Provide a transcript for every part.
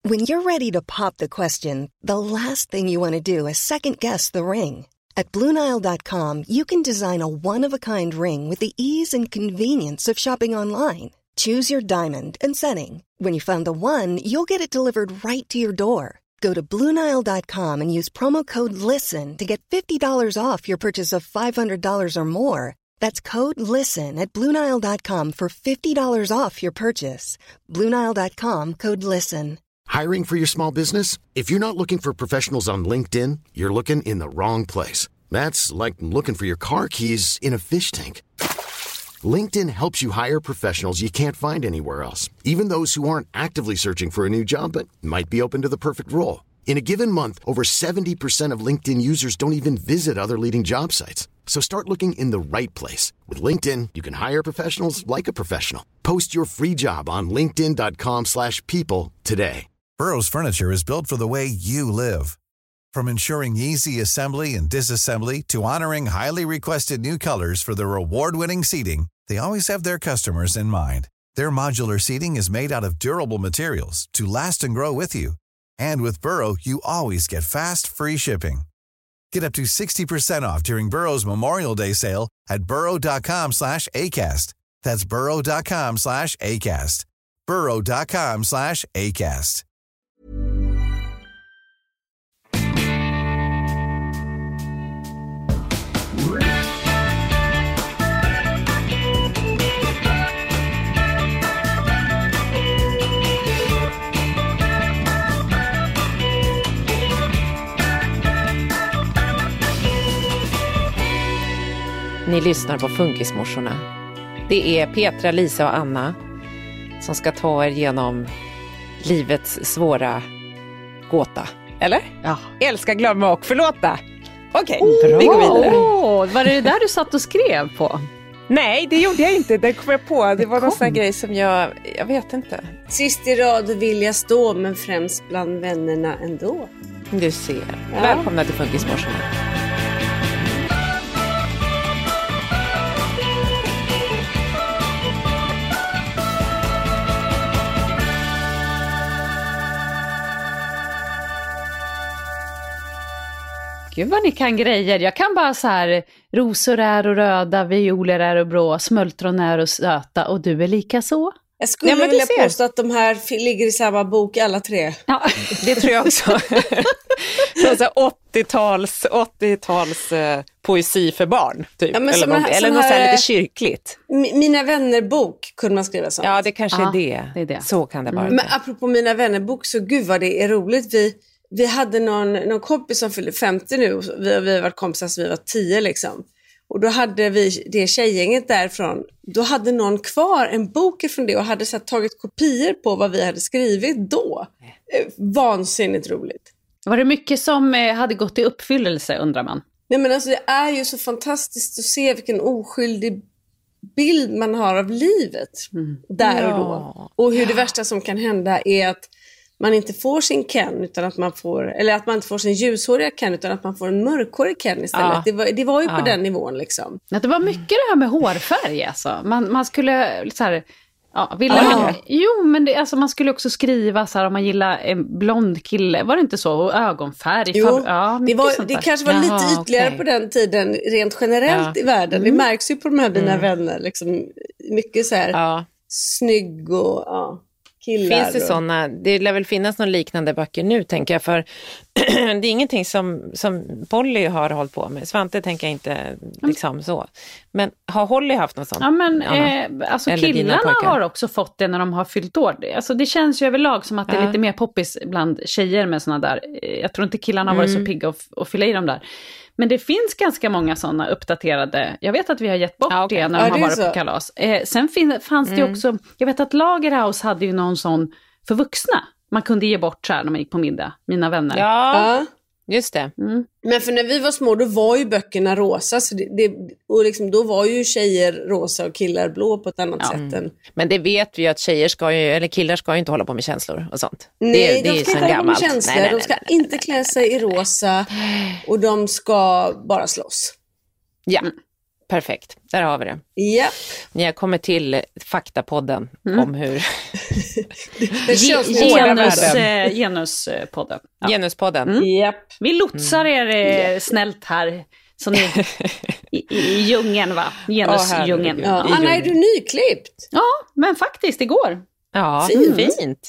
When you're ready to pop the question, the last thing you want to do is second-guess the ring. At BlueNile.com, you can design a one-of-a-kind ring with the ease and convenience of shopping online. Choose your diamond and setting. When you find the one, you'll get it delivered right to your door. Go to BlueNile.com and use promo code LISTEN to get $50 off your purchase of $500 or more. That's code LISTEN at BlueNile.com for $50 off your purchase. BlueNile.com, code LISTEN. Hiring for your small business? If you're not looking for professionals on LinkedIn, you're looking in the wrong place. That's like looking for your car keys in a fish tank. LinkedIn helps you hire professionals you can't find anywhere else, even those who aren't actively searching for a new job but might be open to the perfect role. In a given month, over 70% of LinkedIn users don't even visit other leading job sites. So start looking in the right place. With LinkedIn, you can hire professionals like a professional. Post your free job on linkedin.com/people today. Burrow's furniture is built for the way you live. From ensuring easy assembly and disassembly to honoring highly requested new colors for their award-winning seating, they always have their customers in mind. Their modular seating is made out of durable materials to last and grow with you. And with Burrow, you always get fast, free shipping. Get up to 60% off during Burrow's Memorial Day sale at burrow.com/ACAST. That's burrow.com/ACAST. burrow.com/ACAST. Ni lyssnar på Funkismorsorna. Det är Petra, Lisa och Anna som ska ta er genom livets svåra gåta. Eller? Ja. Älska, glömma och förlåta. Okej, vi går vidare. Var det där du satt och skrev på? Nej, det gjorde jag inte. Det kom jag på. Det var någon sån här grej som jag vet inte. Sist i rad vill jag stå, men främst bland vännerna ändå. Du ser. Ja. Välkomna till Funkismorsorna. Gud vad ni kan grejer. Jag kan bara så här: rosor är och röda, violer är och blå, smultron är och söta, och du är lika så. Jag skulle vilja påstå att de här ligger i samma bok alla tre. Ja, det tror jag också. Så 80-tals poesi för barn typ. Ja, eller något så här lite kyrkligt. Mina vänner-bok kunde man skriva sånt. Ja, det kanske är det. Så kan det vara. Men apropå mina vänner-bok, så gud vad det är roligt. Vi hade någon kompis som fyllde 50 nu, och vi har varit kompisar så vi var 10 liksom. Och då hade vi det tjejgänget därifrån. Då hade någon kvar en bok från det och hade så här, tagit kopior på vad vi hade skrivit då. Vansinnigt roligt. Var det mycket som hade gått i uppfyllelse, undrar man? Nej, men alltså det är ju så fantastiskt att se vilken oskyldig bild man har av livet där och då. Och hur det värsta som kan hända är att man inte får sin Ken, utan att man får, eller att man inte får sin ljushåriga Ken, utan att man får en mörkhårig Ken istället. Ja. Det var ju på den nivån liksom. Ja, det var mycket det här med hårfärg alltså. Man skulle så här, man, men det, alltså, man skulle också skriva så här, om man gillar en blond kille, var det inte så? Och ögonfärg. Jo, det kanske var lite ytligare på den tiden rent generellt i världen. Det märks ju på de här dina vänner liksom, mycket så här snygg och killar. Finns det sådana? Det lär väl finnas någon liknande böcker nu, tänker jag, för det är ingenting som Polly har hållit på med. Svante tänker jag inte liksom så. Men har Holly haft något sånt? Ja, men alltså killarna har också fått det när de har fyllt år. Alltså det känns ju överlag som att det är lite mer poppis bland tjejer med såna där. Jag tror inte killarna har varit så pigga att fylla i dem där. Men det finns ganska många sådana uppdaterade. Jag vet att vi har gett bort det när de har varit på kalas. Sen fanns det också, jag vet att Lagerhaus hade ju någon sån för vuxna. Man kunde ge bort så här när man gick på middag, mina vänner. Ja, just det. Men för när vi var små, då var ju böckerna rosa. Så och liksom, då var ju tjejer rosa och killar blå på ett annat sätt. Men det vet vi ju att tjejer ska ju, eller killar ska ju inte hålla på med känslor och sånt. Nej, det de ska inte hålla på med känslor. De ska inte klä sig i rosa. Och de ska bara slåss. Ja. Perfekt, där har vi det. Ja. Ni har kommit till Faktapodden om hur... Genuspodden. Ja. Genuspodden. Japp. Vi lotsar er snällt här. Så ni i djungeln, va? Genusdjungeln. Ja. Anna, är du nyklippt? Ja, men faktiskt igår. Ja, fint.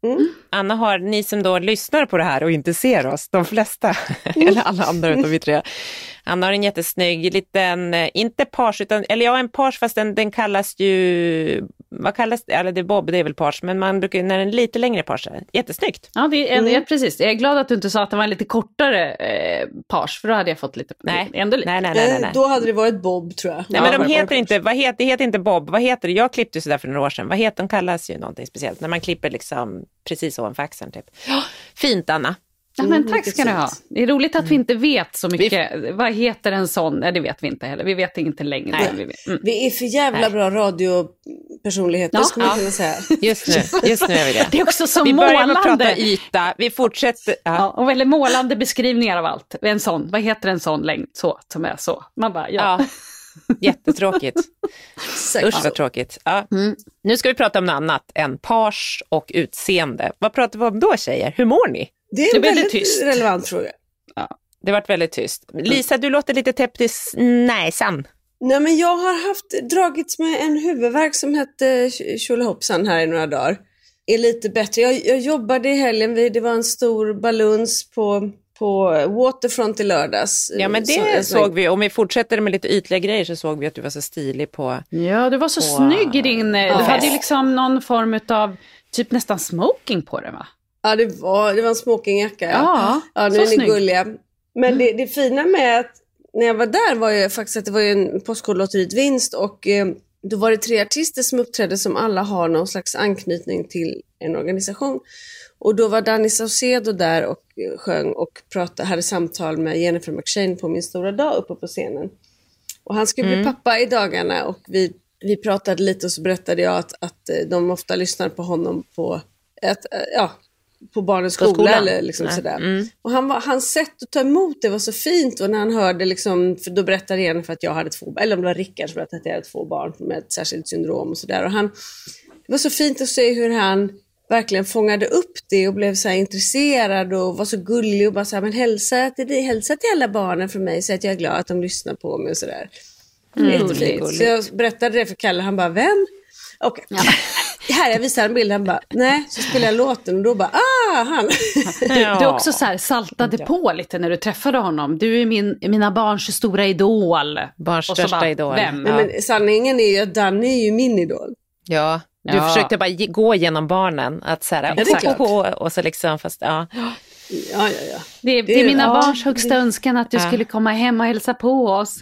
Anna har, ni som då lyssnar på det här och inte ser oss, de flesta, eller alla andra utom vi tre. Anna har en jättesnygg liten, inte page utan, eller ja, en page fast den kallas ju, vad kallas det? Eller det är bob, det är väl page, men man brukar, när den är lite längre page, jättesnyggt. Ja, det är precis. Jag är glad att du inte sa att det var en lite kortare page, för då hade jag fått lite, nej. Ändå lite. Nej. Då hade det varit bob, tror jag. Nej, men de heter inte, det heter inte bob, vad heter det? Jag klippte ju sådär för några år sedan, vad heter de? Kallas ju någonting speciellt, när man klipper liksom precis ovanför axeln typ. Fint, Anna. Ja, men tack ska ni ha. Det är roligt att vi inte vet så mycket. Vad heter en sån? Nej, det vet vi inte heller. Vi vet inte längre. Vi är för jävla bra radiopersonligheter, skulle man kunna säga. Just nu är vi det. Det är också så vi målande. Vi börjar med att prata yta. Vi fortsätter. Ja, och väldigt målande beskrivningar av allt. En sån, vad heter en sån längd? Så, som är så. Man bara, ja. Jättetråkigt. Usch vad tråkigt. Ja. Nu ska vi prata om något annat än page och utseende. Vad pratar vi om då, tjejer? Hur mår ni? Det är en väldigt tyst. Relevant fråga. Ja, det har varit väldigt tyst. Lisa, du låter lite täppt i näsan. Nej, men jag har dragits med en huvudvärk som hette tjolahoppsan här i några dagar. Är lite bättre. Jag jobbade i helgen det var en stor baluns på Waterfront i lördags. Ja, men det såg vi. Om vi fortsätter med lite ytliga grejer så såg vi att du var så stilig på... Ja, du var så snygg i din... Du hade ju liksom någon form av typ nästan smoking på det, va? Ja, det var en smokingjacka. Ja, nu är ni gulliga. Men det fina med att när jag var där var ju faktiskt att det var ju en Postkodlotteriet vinst och då var det 3 artister som uppträdde som alla har någon slags anknytning till en organisation. Och då var Danny Saucedo där och sjöng och hade samtal med Jennifer McShane på min stora dag uppe på scenen. Och han skulle bli pappa i dagarna och vi pratade lite och så berättade jag att de ofta lyssnar på honom på barnens skola eller liksom sådär. Och hans sätt att ta emot det var så fint, och när han hörde liksom, för då berättade jag för att jag hade 2, eller om det var Rickard som berättade att jag hade 2 barn med ett särskilt syndrom och sådär. Och det var så fint att se hur han verkligen fångade upp det och blev så här intresserad och var så gullig och bara så här, men hälsa till alla barnen från mig så att jag är glad att de lyssnar på mig och sådär. Jättefint. Så jag berättade det för Kalle, han bara, vem? Okej. Ja. Här, jag visar en bild, han bara, nej, så spelar jag låten och då bara, han. Du också så här saltade på lite när du träffade honom. Du är mina barns stora idol. Barns största idol. Vem? Nej, men sanningen är ju att Danny är ju min idol. Ja, du försökte bara gå igenom barnen, att så här, och så liksom, fast Ja. Det är mina barns högsta önskan att du skulle komma hem och hälsa på oss.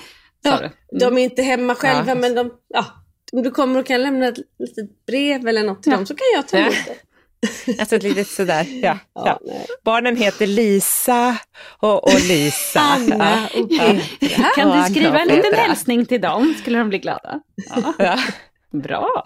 De är inte hemma själva, men om du kommer och kan lämna ett litet brev eller något till dem så kan jag ta emot det. Alltså ett litet sådär, Barnen heter Lisa och Lisa. Anna och Petra. Kan du skriva en liten hälsning till dem? Skulle de bli glada? Ja. Bra.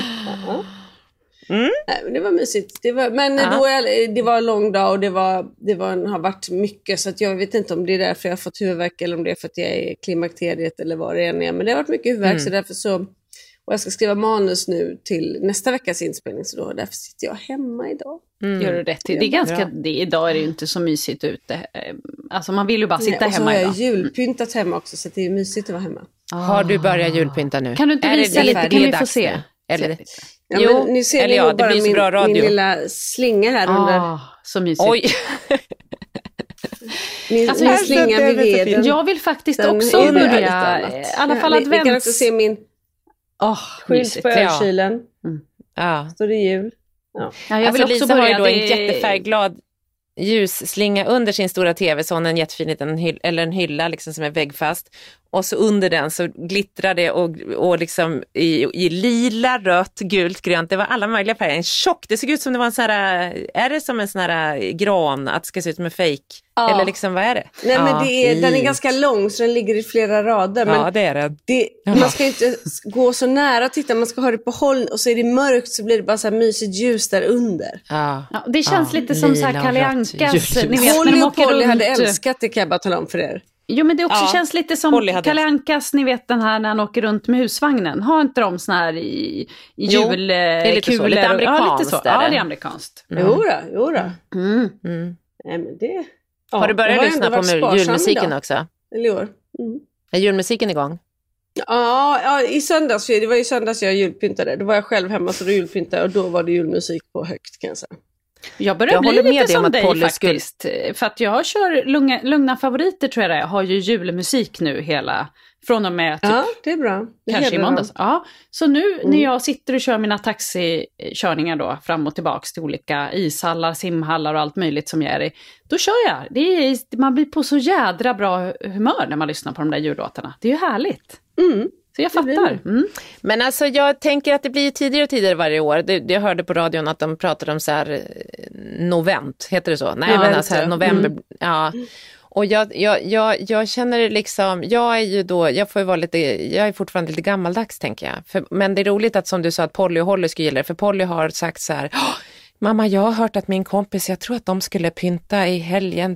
Nej, men det var mysigt. Det var en lång dag och det har varit mycket, så att jag vet inte om det är därför jag har fått huvudvärk eller om det är för att jag är klimakteriet eller vad det än är. Men det har varit mycket huvudvärk, så därför och jag ska skriva manus nu till nästa veckas inspelning, så därför sitter jag hemma idag. Gör du rätt till. Det är ganska, idag är det ju inte så mysigt ute. Alltså man vill ju bara sitta hemma idag. Och så har jag julpyntat hemma också, så det är mysigt att vara hemma. Har du börjat julpynta nu? Kan du inte visa lite? Kan vi få se? Eller? Ja, men nu ser ni bara det blir så bra radio. Min lilla slinga här under. Så mysigt. Oj. Min slinga vid veden. Jag vill faktiskt också börja. I alla fall advents. Ni kan också se min skylt på ölkylen. Så det är jul. Jag vill också Lisa börja. Har ju då en jättefärgglad ljusslinga under sin stora tv, så en jättefin liten en hylla liksom som är väggfast, och så under den så glittrar det och liksom i lila, rött, gult, grönt, det var alla möjliga färger, en tjock, det såg ut som det var en sån här, är det som en sån här gran, att det ska se ut som en fake, eller liksom, vad är det? Nej, men den är ganska lång, så den ligger i flera rader, men det är det. Man ska inte gå så nära och titta, man ska ha det på håll, och så är det mörkt, så blir det bara så här mysigt ljus där under. Det känns lite som så här Kalle Ankas, ni vet, Polly och Polly hade älskat det, kan jag bara tala om för er. Jo, men det också känns lite som Kalle Ankas, ni vet den här när han åker runt med husvagnen. Har inte de sån här i julkulor? Det är lite så, lite amerikanskt. Ja, det är amerikanskt. Jo då. Nej, men det... Har du börjat lyssna på julmusiken också? Eller år. Är julmusiken igång? Ja, i söndags. Det var i söndags jag julpyntade. Då var jag själv hemma så då julpyntade och då var det julmusik på högt, kan jag säga. Jag börjar bli lite som dig faktiskt. För att jag kör lugna favoriter, tror jag det är. Jag har ju julmusik nu från och med typ, ja, det är bra. Det kanske i måndags. Ja, så nu när jag sitter och kör mina taxikörningar då fram och tillbaks till olika ishallar, simhallar och allt möjligt som jag är i, då kör jag. Man blir på så jädra bra humör när man lyssnar på de där jullåtarna. Det är ju härligt. Så jag fattar. Men alltså jag tänker att det blir tidigare och tidigare varje år. Jag hörde på radion att de pratade om så här novent, heter det så? Nej, men alltså här, november. Ja. Och jag känner det liksom, jag är fortfarande lite gammaldags, tänker jag. Men det är roligt att, som du sa, att Polly och Holly skulle gilla det. För Polly har sagt så här: mamma, jag har hört att min kompis, jag tror att de skulle pynta i helgen.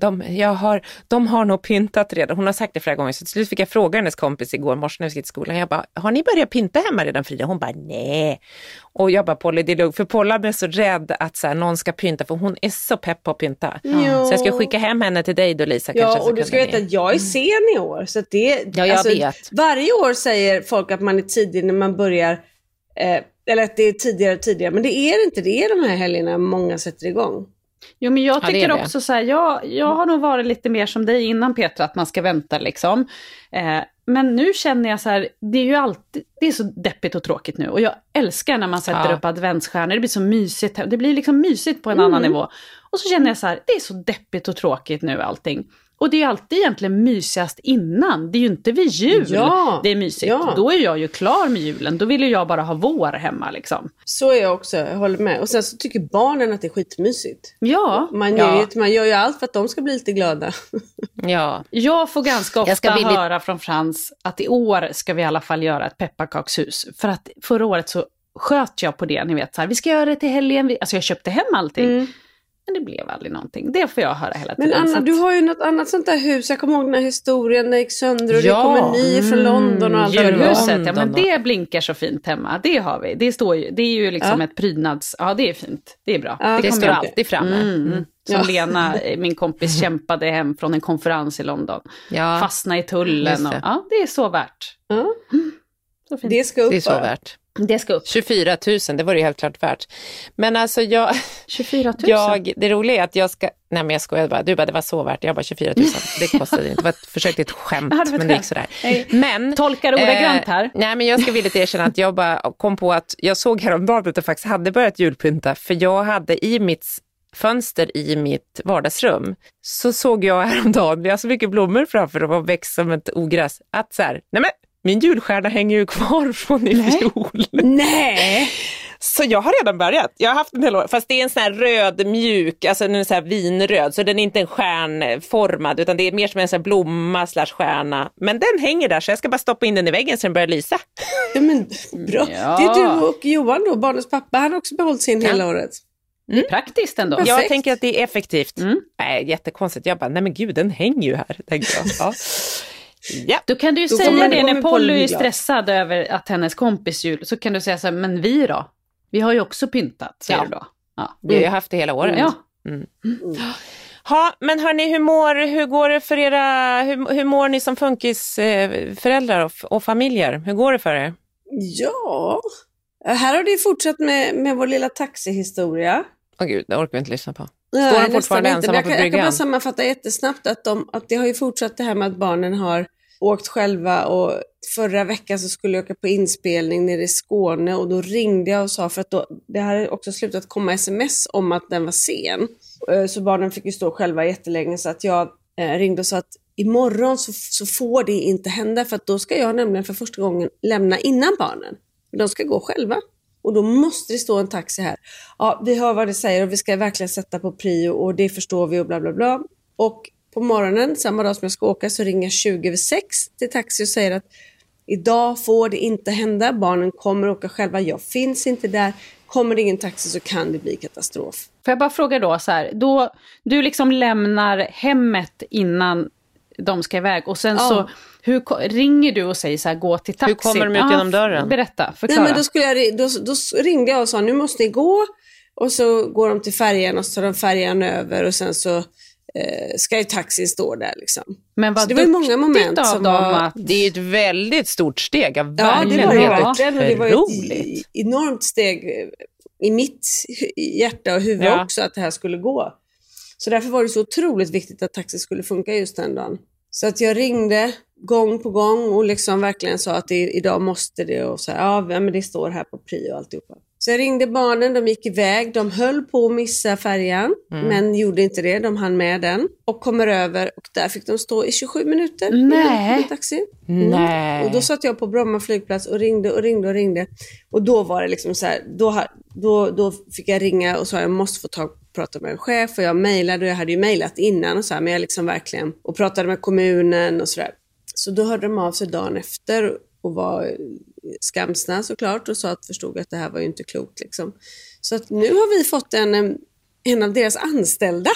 De har nog pyntat redan. Hon har sagt det flera gånger. Så till slut fick jag fråga hennes kompis igår morse när vi gick till skolan. Jag bara, har ni börjat pynta hemma redan, Frida? Hon bara, nej. Och jag bara, Polly, det är lugnt. För Polla är så rädd att så här, någon ska pynta. För hon är så pepp på att pynta. Så jag ska skicka hem henne till dig då, Lisa. Ja, och du ska veta att jag är sen i år. Så att jag vet. Varje år säger folk att man är tidig när man börjar... eller att det är tidigare, men det är inte. Det är de här helgerna många sätter igång. Jo, men jag tycker också så här, jag har nog varit lite mer som dig innan, Petra, att man ska vänta liksom. Men nu känner jag så här, det är ju alltid, det är så deppigt och tråkigt nu. Och jag älskar när man sätter upp adventsstjärnor, det blir så mysigt, det blir liksom mysigt på en annan nivå. Och så känner jag så här, det är så deppigt och tråkigt nu allting. Och det är alltid egentligen mysigast innan. Det är ju inte vid jul det är mysigt. Ja. Då är jag ju klar med julen. Då vill ju jag bara ha vår hemma liksom. Så är jag också, jag håller med. Och sen så tycker barnen att det är skitmysigt. Ja. Man gör ju allt för att de ska bli lite glada. Ja. Jag får ganska ofta höra från Frans att i år ska vi i alla fall göra ett pepparkakshus. För att förra året så sköt jag på det, ni vet så här, vi ska göra det till helgen. Alltså jag köpte hem allting. Men det blev aldrig någonting. Det får jag höra hela tiden. Men Anna, du har ju något annat sånt där hus. Jag kommer ihåg den här historien där gick sönder och det kommer ny från London och allt. Julhuset, ja, men det blinkar så fint hemma. Det har vi. Det är ju liksom ett prydnads... Ja, det är fint. Det är bra. Ja, det står alltid framme. Som Lena, min kompis, kämpade hem från en konferens i London. Ja. Fastna i tullen. Ja, det är så värt. Så fint. Det ska upp. Det är så värt. Det ska upp. 24 000, det var det helt klart värt. Men alltså 24 000? Det roliga är att jag ska... Nej, men jag skojar bara. Du bara, det var så värt. Jag bara 24 000. Det kostade inte. Det var ett försök till ett skämt, men det gick sådär. Men, tolkar ordagrant här. Nej, men jag ska vilja erkänna att jag bara kom på att jag såg häromdagen att jag faktiskt hade börjat julpynta. För jag hade i mitt fönster i mitt vardagsrum så såg jag häromdagen, vi har så mycket blommor framför och var växt som ett ogräs, att så här, nej men min julstjärna hänger ju kvar från i fjol. Nej! Så jag har redan börjat. Jag har haft en hel år. Fast det är en sån här röd, mjuk, alltså en sån här vinröd. Så den är inte en stjärnformad utan det är mer som en sån här blomma / stjärna. Men den hänger där så jag ska bara stoppa in den i väggen så den börjar lysa. Ja, men bra. Ja. Det är du och Johan då, barnens pappa. Han har också behållit sin hela året. Det är praktiskt ändå. Perfekt. Jag tänker att det är effektivt. Nej, jättekonstigt. Jag bara, nej men gud, den hänger ju här, tänker jag. Ja. Ja. Då kan du ju säga det när Polly är stressad över att hennes kompis jul. Så kan du säga så här, men vi då? Vi har ju också pyntat, säger du då. Ja. Vi har ju haft det hela året. Ja. Ja, men hörni, hur går det för era... Hur mår ni som funkisföräldrar och familjer? Hur går det för er? Ja, här har det fortsatt med vår lilla taxihistoria. Åh gud, det orkar vi inte lyssna på. Står de fortfarande ensamma på bryggan? Jag kan bara sammanfatta jättesnabbt att det har ju fortsatt det här med att barnen har åkt själva och förra veckan så skulle jag åka på inspelning nere i Skåne och då ringde jag och sa, för att det hade också slutat komma sms om att den var sen. Så barnen fick ju stå själva jättelänge så att jag ringde och sa att imorgon så får det inte hända för att då ska jag nämligen för första gången lämna innan barnen. De ska gå själva. Och då måste det stå en taxi här. Ja, vi hör vad det säger och vi ska verkligen sätta på prio och det förstår vi och bla bla bla. Och på morgonen, samma dag som jag ska åka, så ringer 20:06 till taxi och säger att idag får det inte hända. Barnen kommer åka själva. Jag finns inte där. Kommer det ingen taxi så kan det bli katastrof. Får jag bara fråga då så här. Du liksom lämnar hemmet innan de ska iväg. Och sen så, hur ringer du och säger så här, gå till taxi? Hur kommer de ut genom dörren? Berätta, förklara. Nej, men då ringde jag och sa, nu måste ni gå. Och så går de till färjan och så tar de färjan över och sen så ska ju taxin stå där liksom. Men vad så det var ju många moment som var... Det är ett väldigt stort steg. Ja, det var det var ett enormt steg i mitt hjärta och huvud också att det här skulle gå. Så därför var det så otroligt viktigt att taxi skulle funka just den dagen. Så att jag ringde gång på gång och liksom verkligen sa att idag måste det och så här, men det står här på prio och alltihopa. Så jag ringde barnen, de gick iväg, de höll på att missa färjan men gjorde inte det, de hann med den och kommer över och där fick de stå i 27 minuter i taxi. Nej. Och då satt jag på Bromma flygplats och ringde och då var det liksom så här, då fick jag ringa och sa jag måste få prata med en chef och jag mejlade och jag hade ju mejlat innan och så här, men jag liksom verkligen och pratade med kommunen och sådär. Så då hörde de av sig dagen efter och var skamsna såklart och förstod att det här var ju inte klokt liksom. Så att nu har vi fått en av deras anställda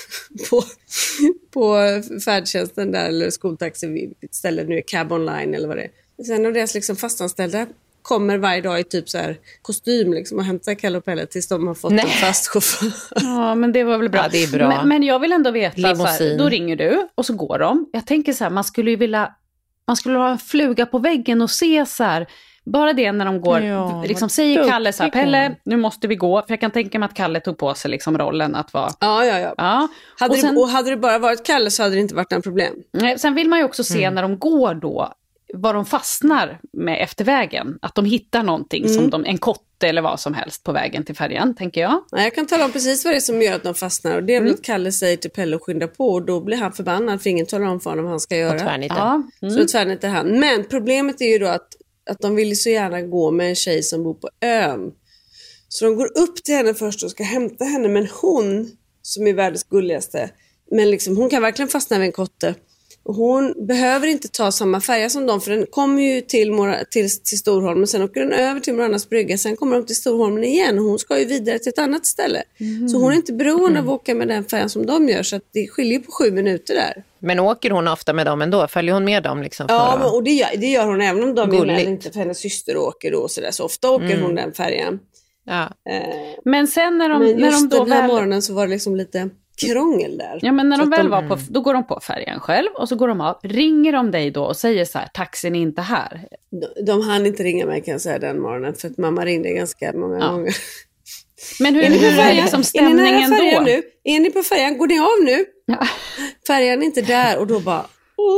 på färdtjänsten där eller skoltaxi vid ett ställe, nu är Cab Online eller vad det är. Sen av deras liksom fastanställda kommer varje dag i typ så här kostym liksom och hämtar Kalle och Pelle tills de har fått en fast chaufför. Ja, men det var väl bra. Ja, det är bra. Men jag vill ändå veta så här, då ringer du och så går de. Jag tänker så här, man skulle ha en fluga på väggen och se så här, bara det när de går, liksom säger Kalle så här, Pelle, nu måste vi gå. För jag kan tänka mig att Kalle tog på sig liksom rollen att vara... Ja. Hade det bara varit Kalle så hade det inte varit någon problem. Sen vill man ju också se när de går då, vad de fastnar med efter vägen. Att de hittar någonting, som en kotte eller vad som helst på vägen till färjan, tänker jag. Ja, jag kan tala om precis vad det är som gör att de fastnar. Och det är väl att Kalle säger till Pelle att skynda på. Och då blir han förbannad för ingen talar om för honom vad han ska göra. Så tvärnitar han. Men problemet är ju då att de vill så gärna gå med en tjej som bor på ön. Så de går upp till henne först och ska hämta henne. Men hon, som är världens gulligaste, men liksom, hon kan verkligen fastna med en kotte. Och hon behöver inte ta samma färja som dem, för den kommer ju till Storholmen, sen åker den över till Morannas brygga, sen kommer de till Storholmen igen och hon ska ju vidare till ett annat ställe. Så hon är inte beroende av att åka med den färjan som de gör, så att det skiljer på 7 minuter där. Men åker hon ofta med dem ändå? Följer hon med dem liksom? Ja, och det gör hon även om de är med, inte för hennes syster åker då och sådär, så ofta åker hon den färjan. Ja. Men sen när de då den här morgonen så var det liksom lite krångel där. Ja, men när de väl var då går de på färjan själv och så går de av. Ringer de dig då och säger så här, taxin är inte här? De hann inte ringa mig, kan jag säga, den morgonen, för att mamma ringde ganska många gånger. Men hur är liksom stämningen då? Nu? Är ni på färjan? Går ni av nu? Ja. Färjan är inte där och då bara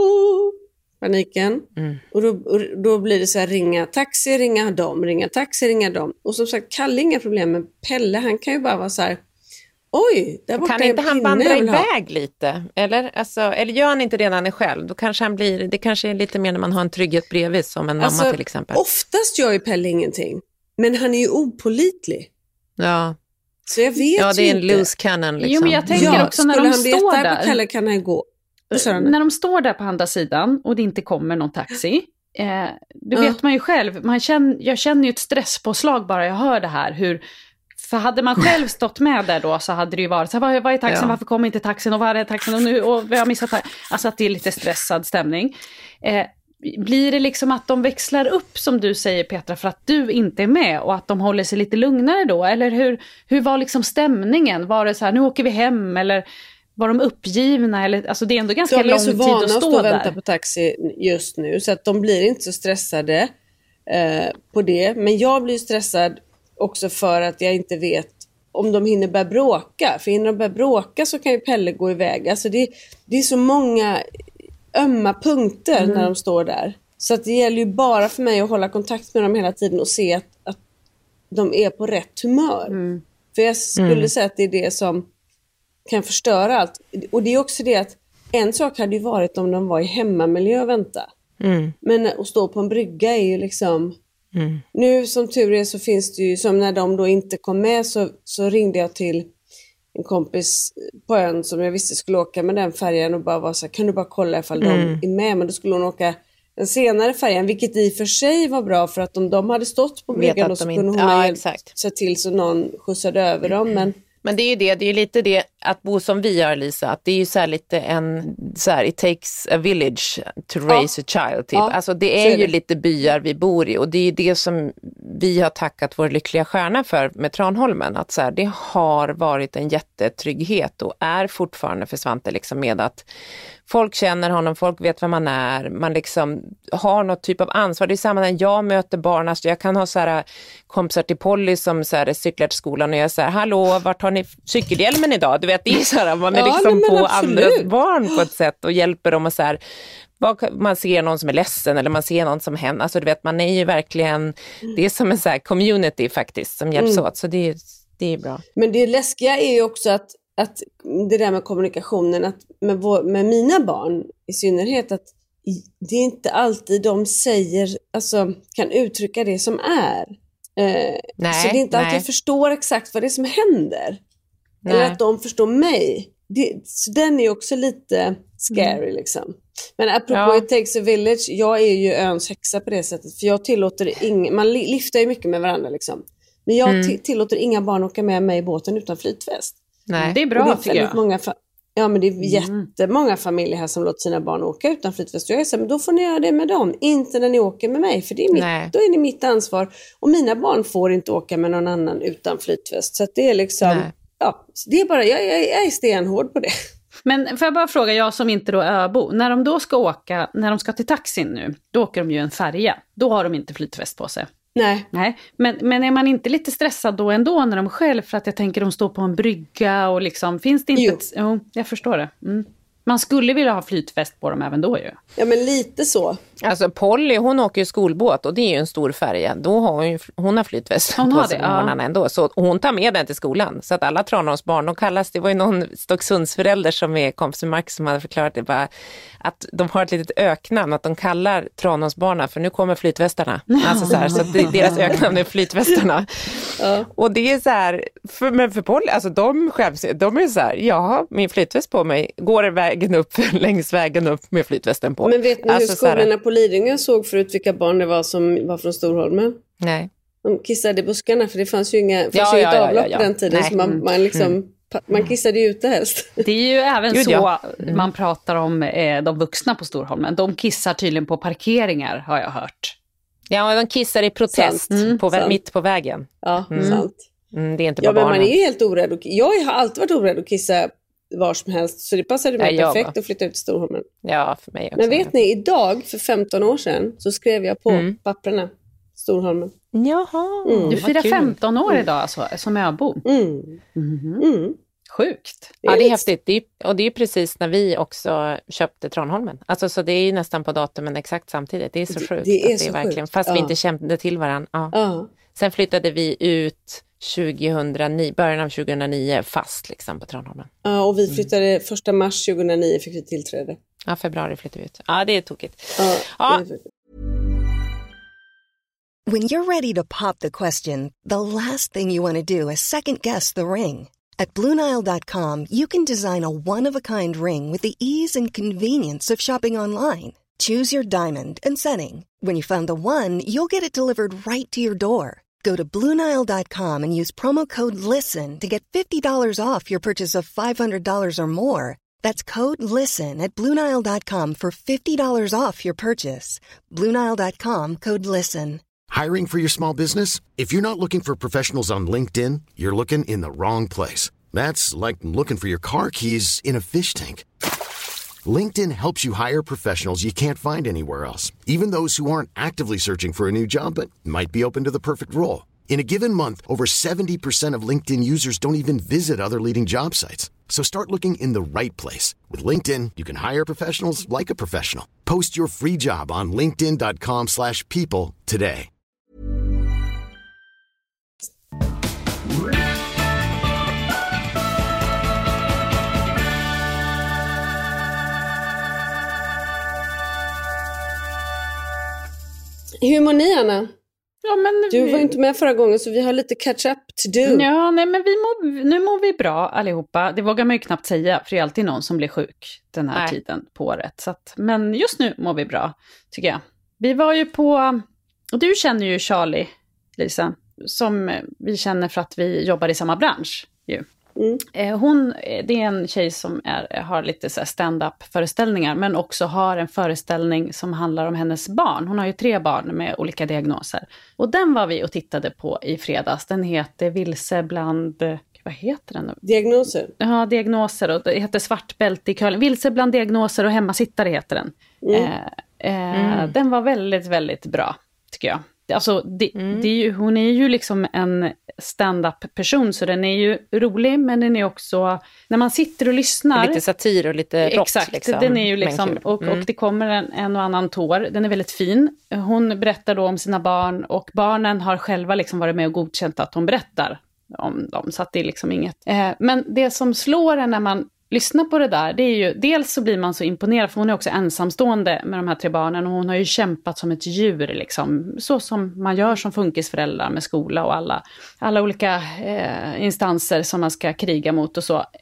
paniken. Och då blir det så här, ringa taxi, ringa dem. Och som sagt, Kalle inga problem, men Pelle, han kan ju bara vara så här, oj, där borta kan inte han vandra iväg lite? Eller gör han inte det när han är själv? Då kanske det kanske är lite mer när man har en trygghet bredvid, som en mamma till exempel. Oftast gör ju Pelle ingenting. Men han är ju opålitlig. Ja. Så jag vet ju inte. Ja, det är en loose cannon liksom. Jo, men jag tänker också när de står där. På Pelle kan han gå. När de står där på andra sidan och det inte kommer någon taxi. Det vet man ju själv. Jag känner ju ett stresspåslag bara jag hör det här. För hade man själv stått med där då, så hade det ju varit så här, vad är taxin, varför kommer inte taxin och vad är taxin och nu, och vi har missat här. Alltså att det är lite stressad stämning. Blir det liksom att de växlar upp, som du säger Petra, för att du inte är med, och att de håller sig lite lugnare då? Eller hur var liksom stämningen? Var det så här, nu åker vi hem, eller var de uppgivna? Eller, alltså det är ändå ganska lång tid att stå där. Och vänta på taxi just nu, så att de blir inte så stressade på det. Men jag blir stressad också för att jag inte vet om de hinner börja bråka. För hinner de börja bråka så kan ju Pelle gå iväg. Alltså det är så många ömma punkter när de står där. Så att det gäller ju bara för mig att hålla kontakt med dem hela tiden och se att de är på rätt humör. För jag skulle säga att det är det som kan förstöra allt. Och det är också det att en sak hade ju varit om de var i hemmamiljö och vänta. Men att stå på en brygga är ju liksom... Nu som tur är så finns det ju, som när de då inte kom med, så ringde jag till en kompis på ön som jag visste skulle åka med den färjan och bara var så här, kan du bara kolla ifall de är med? Men då skulle hon åka den senare färjan, vilket i och för sig var bra, för att om de hade stått på bryggan så kunde hon se till så någon skjutsade över dem. Men det är ju det är lite det att bo som vi gör, Lisa, att det är ju så här lite it takes a village to raise a child typ. Alltså det är ju lite byar vi bor i, och det är ju det som vi har tackat vår lyckliga stjärna för med Tranholmen, att så här, det har varit en jättetrygghet och är fortfarande för Svante liksom, med att folk känner honom, folk vet vem man är, man liksom har något typ av ansvar. Det är samma när jag möter barn, alltså jag kan ha så här kompisar till Polly som så här cyklar till skolan och jag säger hallå, vart har ni cykelhjälmen idag? Du vet, det är så här, man är liksom på andras barn på ett sätt och hjälper dem och så här, man ser någon som är ledsen eller man ser någon som händer, alltså du vet, man är ju verkligen, det är som en så här community faktiskt som hjälps åt, så det är bra. Men det läskiga är ju också att det där med kommunikationen, att med mina barn i synnerhet, att det är inte alltid de säger, alltså kan uttrycka det som är. Så det är inte alltid jag förstår exakt vad det är som händer. Nej. Eller att de förstår mig. Så den är också lite scary liksom. Men apropå It takes a village, jag är ju öns häxa på det sättet. För jag tillåter man lyfter ju mycket med varandra liksom. Men jag tillåter inga barn åka med mig i båten utan flytväst. Nej. Det är bra, tycker jag. Men det är jättemånga familjer här som låter sina barn åka utan flytväst. Jag säger, men då får ni göra det med dem. Inte när ni åker med mig, för det är då är det mitt ansvar. Och mina barn får inte åka med någon annan utan flytväst. Så att det är liksom, det är bara, jag är stenhård på det. Men får jag bara fråga, jag som inte då är öbo, när de då ska åka, när de ska till taxin nu, då åker de ju en färja. Då har de inte flytväst på sig. Nej. Men är man inte lite stressad då ändå när de själv, för att jag tänker de står på en brygga och liksom, finns det inte jo, jag förstår det. Man skulle vilja ha flytväst på dem även då ju. Ja, men lite så. Alltså Polly, hon åker ju skolbåt och det är ju en stor färja. Då har hon har flytväst på sig ändå. Så hon tar med den till skolan. Så att alla Tranholms barn, de kallas, det var ju någon Stocksundsförälder som är kompis med Max som hade förklarat det bara, att de har ett litet öknamn, att de kallar Tranholmsbarna för nu kommer flytvästarna. Alltså så här, så deras öknamn är flytvästarna. Och det är så här, för Polly, alltså de är så här, ja, min flytväst på mig, går vägen upp, längs vägen upp med flytvästen på. Men vet ni hur skolorna på Lidingö såg förut vilka barn det var som var från Storholmen? Nej. De kissade i buskarna, för det fanns ju inget avlopp på den tiden. Nej. Så man liksom, man kissade ju ute helst. Det är ju även man pratar om de vuxna på Storholmen. De kissar tydligen på parkeringar, har jag hört. Ja, de kissar i protest mitt på vägen. Ja, sant. Det är inte bara barnen. Men man är ju helt orädd. Jag har alltid varit orädd att kissa var som helst, så det passade mig perfekt att flytta ut till Storholmen. Ja, för mig också. Men vet ni, idag för 15 år sedan så skrev jag på papperna Storholmen. Jaha, du firar 15 år idag alltså, som öbo. Sjukt. Ja, det är häftigt. Det är precis när vi också köpte Tranholmen. Alltså, så det är ju nästan på datumen exakt samtidigt. Det är så sjukt. Det är så verkligen, fast vi inte kände till varandra. Ja. Sen flyttade vi ut 2009, början av 2009 fast liksom på Tranholmen. Ja, och vi flyttade 1 mars 2009 fick vi tillträde. Ja, februari flyttade vi ut. Ja, det är tokigt. Ja. When you're ready to pop the question, the last thing you want to do is second guess the ring. At BlueNile.com, you can design a one-of-a-kind ring with the ease and convenience of shopping online. Choose your diamond and setting. When you find the one, you'll get it delivered right to your door. Go to BlueNile.com and use promo code LISTEN to get $50 off your purchase of $500 or more. That's code LISTEN at BlueNile.com for $50 off your purchase. BlueNile.com, code LISTEN. Hiring for your small business? If you're not looking for professionals on LinkedIn, you're looking in the wrong place. That's like looking for your car keys in a fish tank. LinkedIn helps you hire professionals you can't find anywhere else, even those who aren't actively searching for a new job but might be open to the perfect role. In a given month, over 70% of LinkedIn users don't even visit other leading job sites. So start looking in the right place. With LinkedIn, you can hire professionals like a professional. Post your free job on linkedin.com/people today. Hur mår ni, Anna? Ja, men du var inte med förra gången, så vi har lite catch up to do. Ja, nej, men nu mår vi bra allihopa. Det vågar man ju knappt säga, för det är alltid någon som blir sjuk den här tiden på året. Så att, men just nu mår vi bra, tycker jag. Vi var ju på, och du känner ju Charlie, Lisa, som vi känner för att vi jobbar i samma bransch. Ju. Det är en tjej som har lite så här stand-up föreställningar, men också har en föreställning som handlar om hennes barn. Hon har ju 3 barn med olika diagnoser. Och den var vi och tittade på i fredags. Den heter Vilse bland... Vad heter den? Diagnoser. Ja, diagnoser. Och det heter Svartbälte i curling. Vilse bland diagnoser och hemmasittare heter den. Den var väldigt, väldigt bra, tycker jag. Alltså, hon är ju liksom en stand-up-person, så den är ju rolig, men den är också, när man sitter och lyssnar... Lite satir och lite rått. Exakt, liksom. Den är ju liksom, och det kommer en och annan tår. Den är väldigt fin. Hon berättar då om sina barn, och barnen har själva liksom varit med och godkänt att hon berättar om dem, så att det är liksom inget... Men det som slår en när man lyssna på det där, det är ju, dels så blir man så imponerad, för hon är också ensamstående med de här 3 barnen, och hon har ju kämpat som ett djur liksom, så som man gör som funkisföräldrar med skola och alla olika instanser som man ska kriga mot och så.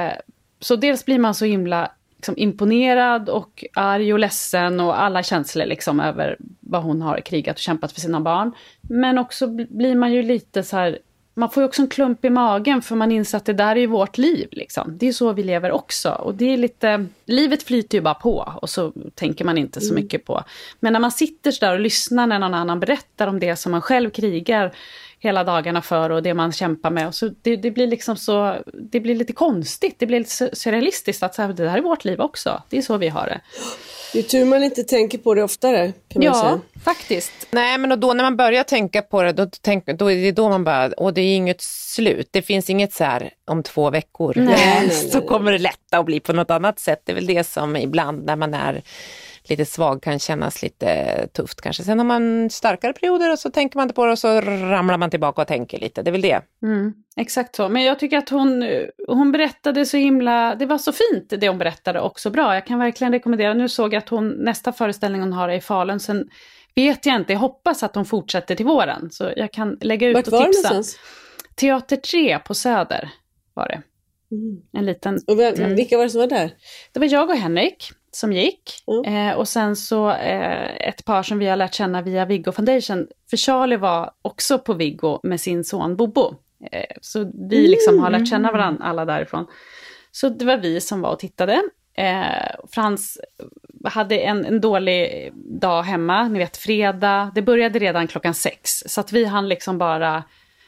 Så dels blir man så himla liksom imponerad och arg och ledsen och alla känslor liksom över vad hon har krigat och kämpat för sina barn, men också blir man ju lite så här. Man får ju också en klump i magen, för man inser att det där är ju vårt liv liksom. Det är så vi lever också. Och det är lite, livet flyter ju bara på, och så tänker man inte så mycket på. Men när man sitter så där och lyssnar när någon annan berättar om det som man själv krigar hela dagarna för, och det man kämpar med. Och så det blir liksom så, det blir lite konstigt, det blir lite surrealistiskt att så här, det här är vårt liv också. Det är så vi har det. Det är tur man inte tänker på det oftare, kan man säga. Ja, faktiskt. Nej, men då när man börjar tänka på det, då är det då man bara, och det är inget slut. Det finns inget så här om 2 veckor. Nej. Så kommer det lätta att bli på något annat sätt. Det är väl det som ibland när man är lite svag kan kännas lite tufft kanske. Sen har man starkare perioder och så tänker man inte på det, och så ramlar man tillbaka och tänker lite. Det är väl det. Exakt så. Men jag tycker att hon berättade så himla... Det var så fint det hon berättade, också bra. Jag kan verkligen rekommendera. Nu såg jag att nästa föreställning hon har är i Falun. Sen vet jag inte. Jag hoppas att hon fortsätter till våren. Så jag kan lägga ut och tipsa. Vart var det? Teater 3 på Söder var det. En liten... Och vilka var det som var där? Det var jag och Henrik som gick. Och sen så ett par som vi har lärt känna via Viggo Foundation. För Charlie var också på Viggo med sin son Bobo. Så vi liksom har lärt känna varandra alla därifrån. Så det var vi som var och tittade. Frans hade en dålig dag hemma. Ni vet, fredag. Det började redan 6:00. Så att vi hann liksom bara...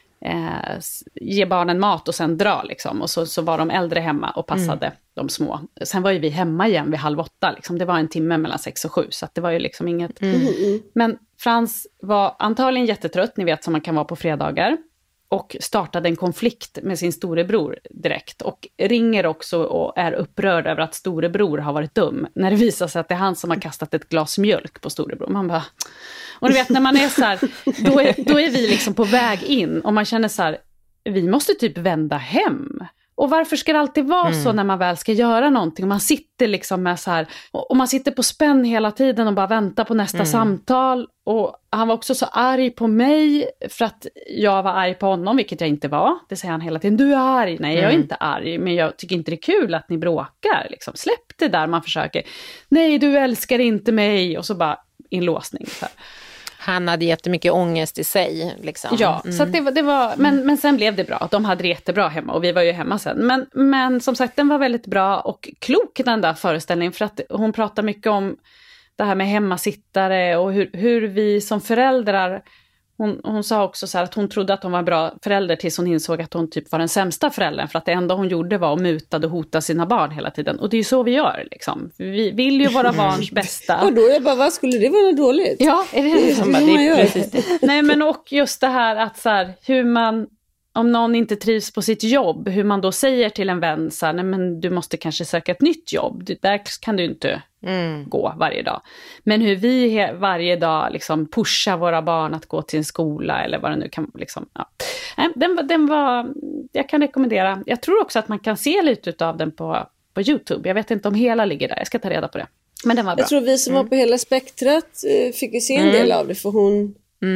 ge barnen mat och sen dra liksom. Och så var de äldre hemma och passade de små. Sen var ju vi hemma igen vid 7:30 liksom. Det var en timme mellan 6 och 7, så att det var ju liksom inget. Men Frans var antagligen jättetrött, ni vet som man kan vara på fredagar, och startade en konflikt med sin storebror direkt, och ringer också och är upprörd över att storebror har varit dum, när det visar sig att det är han som har kastat ett glas mjölk på storebror. Man bara... Och du vet, när man är så här, då är vi liksom på väg in, och man känner så här, vi måste typ vända hem. Och varför ska det alltid vara så när man väl ska göra någonting? Och man sitter liksom med så här, och man sitter på spänn hela tiden och bara väntar på nästa samtal. Och han var också så arg på mig för att jag var arg på honom, vilket jag inte var. Det säger han hela tiden, du är arg. Nej, jag är inte arg, men jag tycker inte det är kul att ni bråkar. Liksom. Släpp det där, man försöker. Nej, du älskar inte mig. Och så bara inlåsning så här. Han hade jättemycket ångest i sig. Liksom. Ja, så att det var men sen blev det bra. De hade det jättebra hemma, och vi var ju hemma sen. Men som sagt, den var väldigt bra och klok, den där föreställningen. För att hon pratar mycket om det här med hemmasittare och hur vi som föräldrar... Hon sa också så här att hon trodde att hon var en bra förälder tills hon insåg att hon typ var den sämsta föräldern. För att det enda hon gjorde var att muta och hota sina barn hela tiden. Och det är ju så vi gör liksom. Vi vill ju våra barns bästa. Och då är jag bara, vad skulle det vara något dåligt? Ja, är det som bara, det är precis det. Nej, men och just det här att så här, hur man... Om någon inte trivs på sitt jobb, hur man då säger till en vän så här, nej men du måste kanske söka ett nytt jobb. Där kan du inte gå varje dag. Men hur vi varje dag liksom pushar våra barn att gå till en skola eller vad det nu kan liksom. Ja. Den var, jag kan rekommendera. Jag tror också att man kan se lite av den på YouTube. Jag vet inte om hela ligger där. Jag ska ta reda på det. Men den var bra. Jag tror vi som var på hela spektrat fick ju se en del av det, för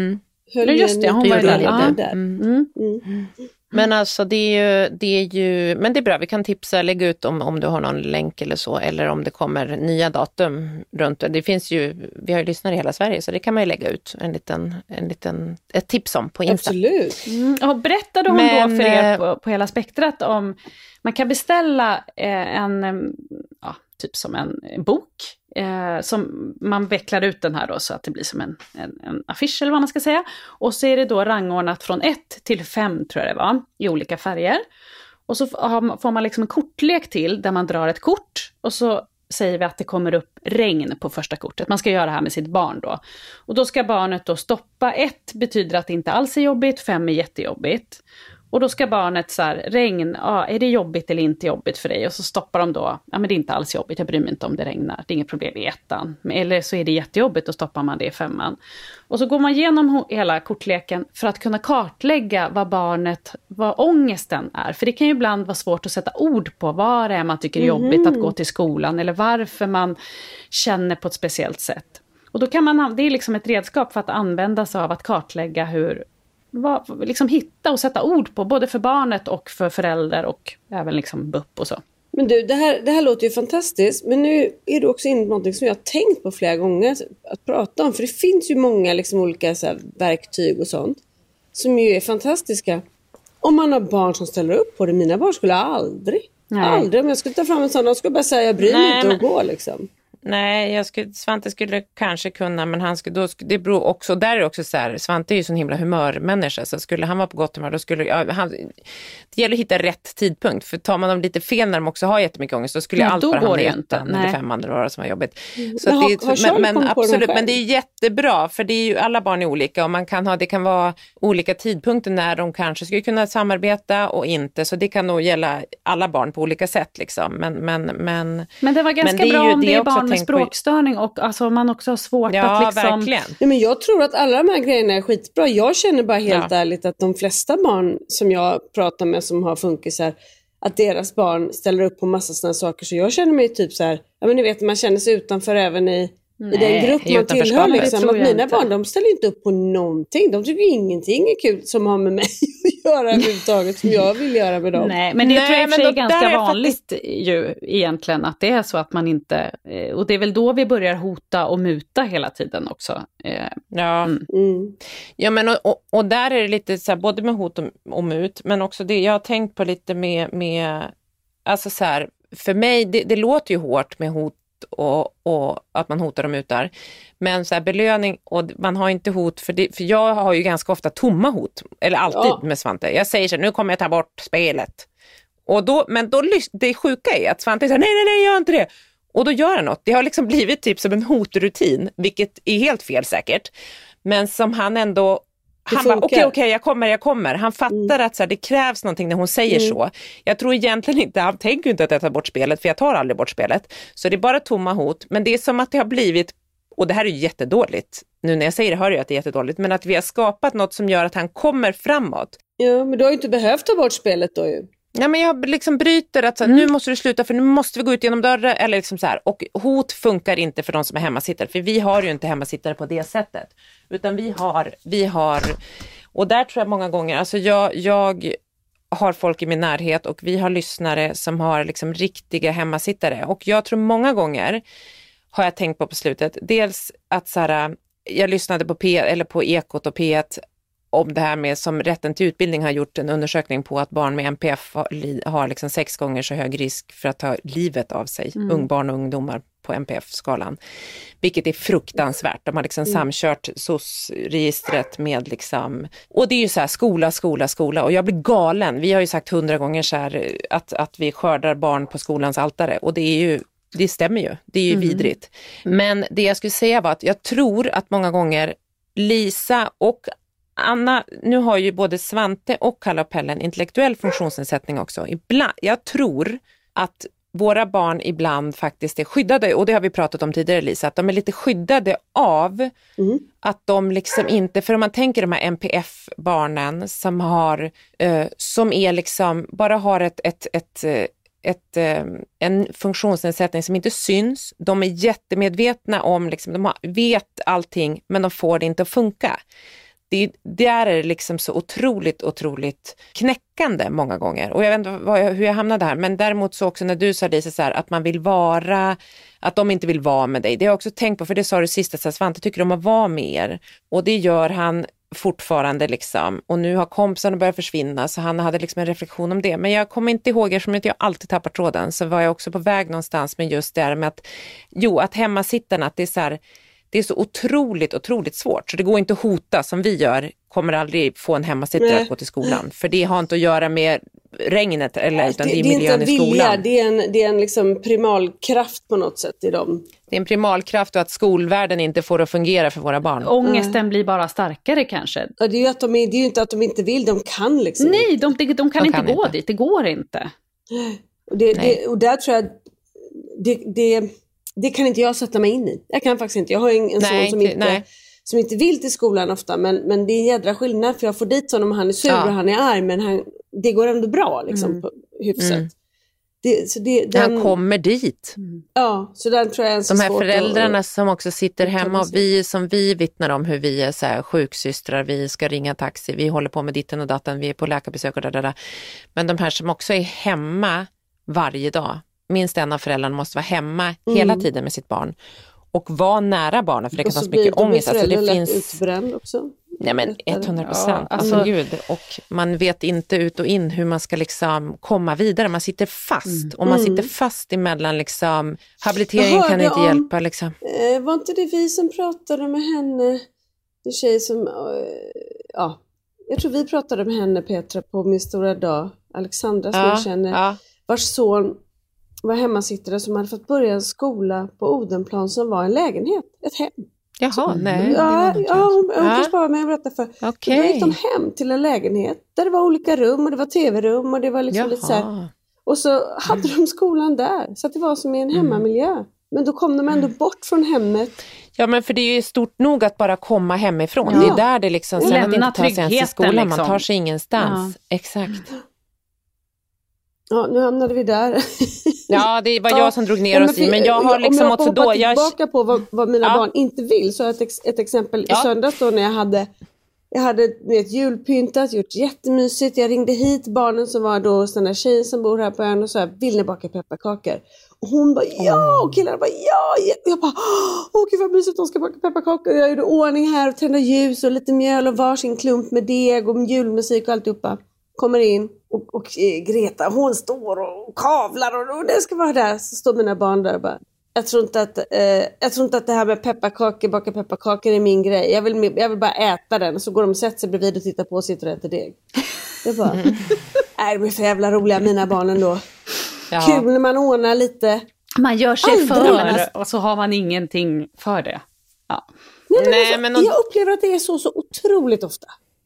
Just det, hon var där. Men alltså det är ju, men det är bra, vi kan tipsa, lägga ut om du har någon länk eller så, eller om det kommer nya datum runt. Det finns ju, vi har ju lyssnare i hela Sverige, så det kan man ju lägga ut ett tips om på Insta. Absolut. Och berättade hon då för er på hela spektrat om, man kan beställa typ som en bok, som man vecklar ut den här då, så att det blir som en affisch eller vad man ska säga. Och så är det då rangordnat från 1 till 5 tror jag det var, i olika färger. Och så får man liksom en kortlek till där man drar ett kort och så säger vi att det kommer upp regn på första kortet. Man ska göra det här med sitt barn då. Och då ska barnet då stoppa. 1 betyder att det inte alls är jobbigt, 5 är jättejobbigt. Och då ska barnet så här, regn, är det jobbigt eller inte jobbigt för dig? Och så stoppar de då, men det är inte alls jobbigt, jag bryr mig inte om det regnar, det är inget problem i 1. Eller så är det jättejobbigt och stoppar man det i 5. Och så går man igenom hela kortleken för att kunna kartlägga vad ångesten är. För det kan ju ibland vara svårt att sätta ord på vad det är man tycker är jobbigt att gå till skolan, eller varför man känner på ett speciellt sätt. Och då kan det är liksom ett redskap för att använda sig av att kartlägga liksom hitta och sätta ord på, både för barnet och för föräldrar och även liksom BUP och så. Men du, det här låter ju fantastiskt, men nu är du också inne på något som jag har tänkt på flera gånger att prata om, för det finns ju många liksom olika så här verktyg och sånt som ju är fantastiska. Om man har barn som ställer upp på det, mina barn skulle aldrig, om jag skulle ta fram en sån, de skulle bara säga jag bryr mig inte och gå liksom. Nej, Svante skulle kanske kunna, men det beror också, där är det också så här, Svante är ju sån himla humörmänniska, så skulle han vara på gott humör, då skulle det gäller att hitta rätt tidpunkt, för tar man dem lite fel när de också har jättemycket ångest, då skulle allt bara hamna i 1 eller 5 eller vad som var jobbigt. Så men absolut, men det är jättebra, för det är ju, alla barn är olika, och det kan vara olika tidpunkter när de kanske skulle kunna samarbeta och inte, så det kan nog gälla alla barn på olika sätt liksom, men det var ganska bra om det är barn med språkstörning och alltså man också har svårt att liksom... Ja, verkligen. Ja, men jag tror att alla de här grejerna är skitbra. Jag känner bara helt ärligt att de flesta barn som jag pratar med som har funkisar, att deras barn ställer upp på massa sådana saker. Så jag känner mig typ så här, men ni vet, man känner sig utanför även i den grupp man tillhör. Liksom, att mina barn, de ställer inte upp på någonting. De tycker ingenting är kul som har med mig att göra överhuvudtaget, som jag vill göra med dem. Nej, men det tror jag är ganska vanligt ju egentligen, att det är så att man inte, och det är väl då vi börjar hota och muta hela tiden också. Ja, men och där är det lite så här, både med hot och mut, men också det jag har tänkt på lite med alltså så här, för mig, det låter ju hårt med hot och att man hotar och mutar, men så här belöning, och man har inte hot för jag har ju ganska ofta tomma hot, eller alltid med Svante. Jag säger så, nu kommer jag ta bort spelet, och då det sjuka är att Svante säger nej, gör inte det, och då gör han något. Det har liksom blivit typ som en hotrutin, vilket är helt fel säkert, men som han ändå han bara, okej, jag kommer. Han fattar att så här, det krävs någonting när hon säger så. Jag tror egentligen inte, han tänker inte att jag tar bort spelet, för jag tar aldrig bort spelet. Så det är bara tomma hot. Men det är som att det har blivit, och det här är ju jättedåligt. Nu när jag säger det hör jag att det är jättedåligt. Men att vi har skapat något som gör att han kommer framåt. Ja, men du har ju inte behövt ta bort spelet då ju. Ja, men jag liksom bryter att så här, nu måste du sluta, för nu måste vi gå ut genom dörren eller liksom så här. Och hot funkar inte för de som är hemmasittare, för vi har ju inte hemmasittare på det sättet, utan vi har och där tror jag många gånger, alltså jag har folk i min närhet och vi har lyssnare som har liksom riktiga hemmasittare, och jag tror många gånger har jag tänkt på slutet, dels att så här, jag lyssnade på på Ekot och P1 om det här med som Rätten till utbildning har gjort en undersökning på att barn med NPF har liksom 6 gånger så hög risk för att ta livet av sig. Ungbarn och ungdomar på NPF-skalan. Vilket är fruktansvärt. De har liksom samkört SOS-registret med liksom... Och det är ju så här skola. Och jag blir galen. Vi har ju sagt 100 gånger så här att vi skördar barn på skolans altare. Och det stämmer ju. Det är ju vidrigt. Men det jag skulle säga var att jag tror att många gånger Lisa och Anna, nu har ju både Svante och Kalle och Pelle en intellektuell funktionsnedsättning också. Jag tror att våra barn ibland faktiskt är skyddade, och det har vi pratat om tidigare, Lisa, att de är lite skyddade av att de liksom inte, för om man tänker de här NPF-barnen som är liksom, bara har en funktionsnedsättning som inte syns, de är jättemedvetna om, liksom, vet allting, men de får det inte att funka. det är liksom så otroligt knäckande många gånger. Och jag vet inte hur jag hamnade här, men däremot så också när du sa Lisa så här, att man vill vara, att de inte vill vara med dig. Det har jag också tänkt på, för det sa du sist att Svante tycker om att vara med er. Och det gör han fortfarande liksom. Och nu har kompisarna börjat försvinna, så han hade liksom en reflektion om det. Men jag kommer inte ihåg, eftersom jag alltid tappar tråden, så var jag också på väg någonstans med just det här med att hemmasittarna, att det är så här, det är så otroligt svårt. Så det går inte att hota som vi gör. Kommer aldrig få en hemmasittare att gå till skolan. För det har inte att göra med regnet, eller, utan det är miljön i skolan. Det är en liksom primalkraft på något sätt i dem. Det är en primalkraft, och att skolvärlden inte får att fungera för våra barn. Ångesten blir bara starkare kanske. Ja, det är ju inte att de inte vill, de kan liksom. Nej, de kan inte gå dit, det går inte. Och där tror jag det kan inte jag sätta mig in i. Jag kan faktiskt inte. Jag har en son som inte vill till skolan ofta, men det är en jädra skillnad, för jag får dit honom och han är sur och han är arg, men det går ändå bra liksom, på hyfsat. Han kommer dit. Ja, så den tror jag är så de här föräldrarna som också sitter hemma, och vi vittnar om hur vi är så här sjuksystrar, vi ska ringa taxi, vi håller på med ditten och datten, vi är på läkarbesök och där. Men de här som också är hemma varje dag, minst en av föräldrarna måste vara hemma hela tiden med sitt barn och vara nära barnen, för det kan ta så mycket ångest. Alltså det finns utbränd också. Nej, men 100%. Alltså gud, och man vet inte ut och in hur man ska liksom komma vidare. Man sitter fast och man sitter fast emellan liksom, habiliteringen kan inte hjälpa liksom. Var inte det vi som pratade med henne, en tjej som jag tror vi pratade med henne, Petra, på min stora dag, Alexandra som jag känner, vars son var hemmasittare, som hade fått börja en skola på Odenplan som var en lägenhet, ett hem. Jaha, nej. Hon kanske bara med och berätta för. Okay. Då gick de hem till en lägenhet där det var olika rum, och det var tv-rum, och det var liksom lite så här. Och så hade de skolan där, så att det var som i en hemmamiljö. Men då kom de ändå bort från hemmet. Ja, men för det är ju stort nog att bara komma hemifrån. Det är där det liksom, sen att inte ta sig ens till skolan, liksom. Man tar sig ingenstans. Ja. Exakt. Ja, nu hamnade vi där. Ja, det var jag som drog ner oss i. Men jag har liksom också då. Om jag tillbaka på vad mina barn inte vill, så ett exempel i söndags då, när jag hade ett julpyntat, gjort jättemysigt. Jag ringde hit barnen som var då sån där tjejer som bor här på ön och så här, vill ni baka pepparkakor? Och hon bara ja, och killarna bara ja. Och jag bara gud vad mysigt, de ska baka pepparkakor. Jag gjorde ordning här och tända ljus och lite mjöl och varsin klump med deg och julmusik och alltihopa. Kommer in och Greta, hon står och kavlar och det ska vara där. Så står mina barn där och bara, jag tror inte att det här med baka pepparkakor är min grej. Jag vill bara äta den. Och så går de och sätter sig bredvid och tittar på och sitter och äter deg. Det bara, det blir för jävla roliga mina barnen då. Ja. Kul när man ordnar lite. Man gör sig för och så har man ingenting för det. Ja. Men jag upplever att det är så otroligt ofta.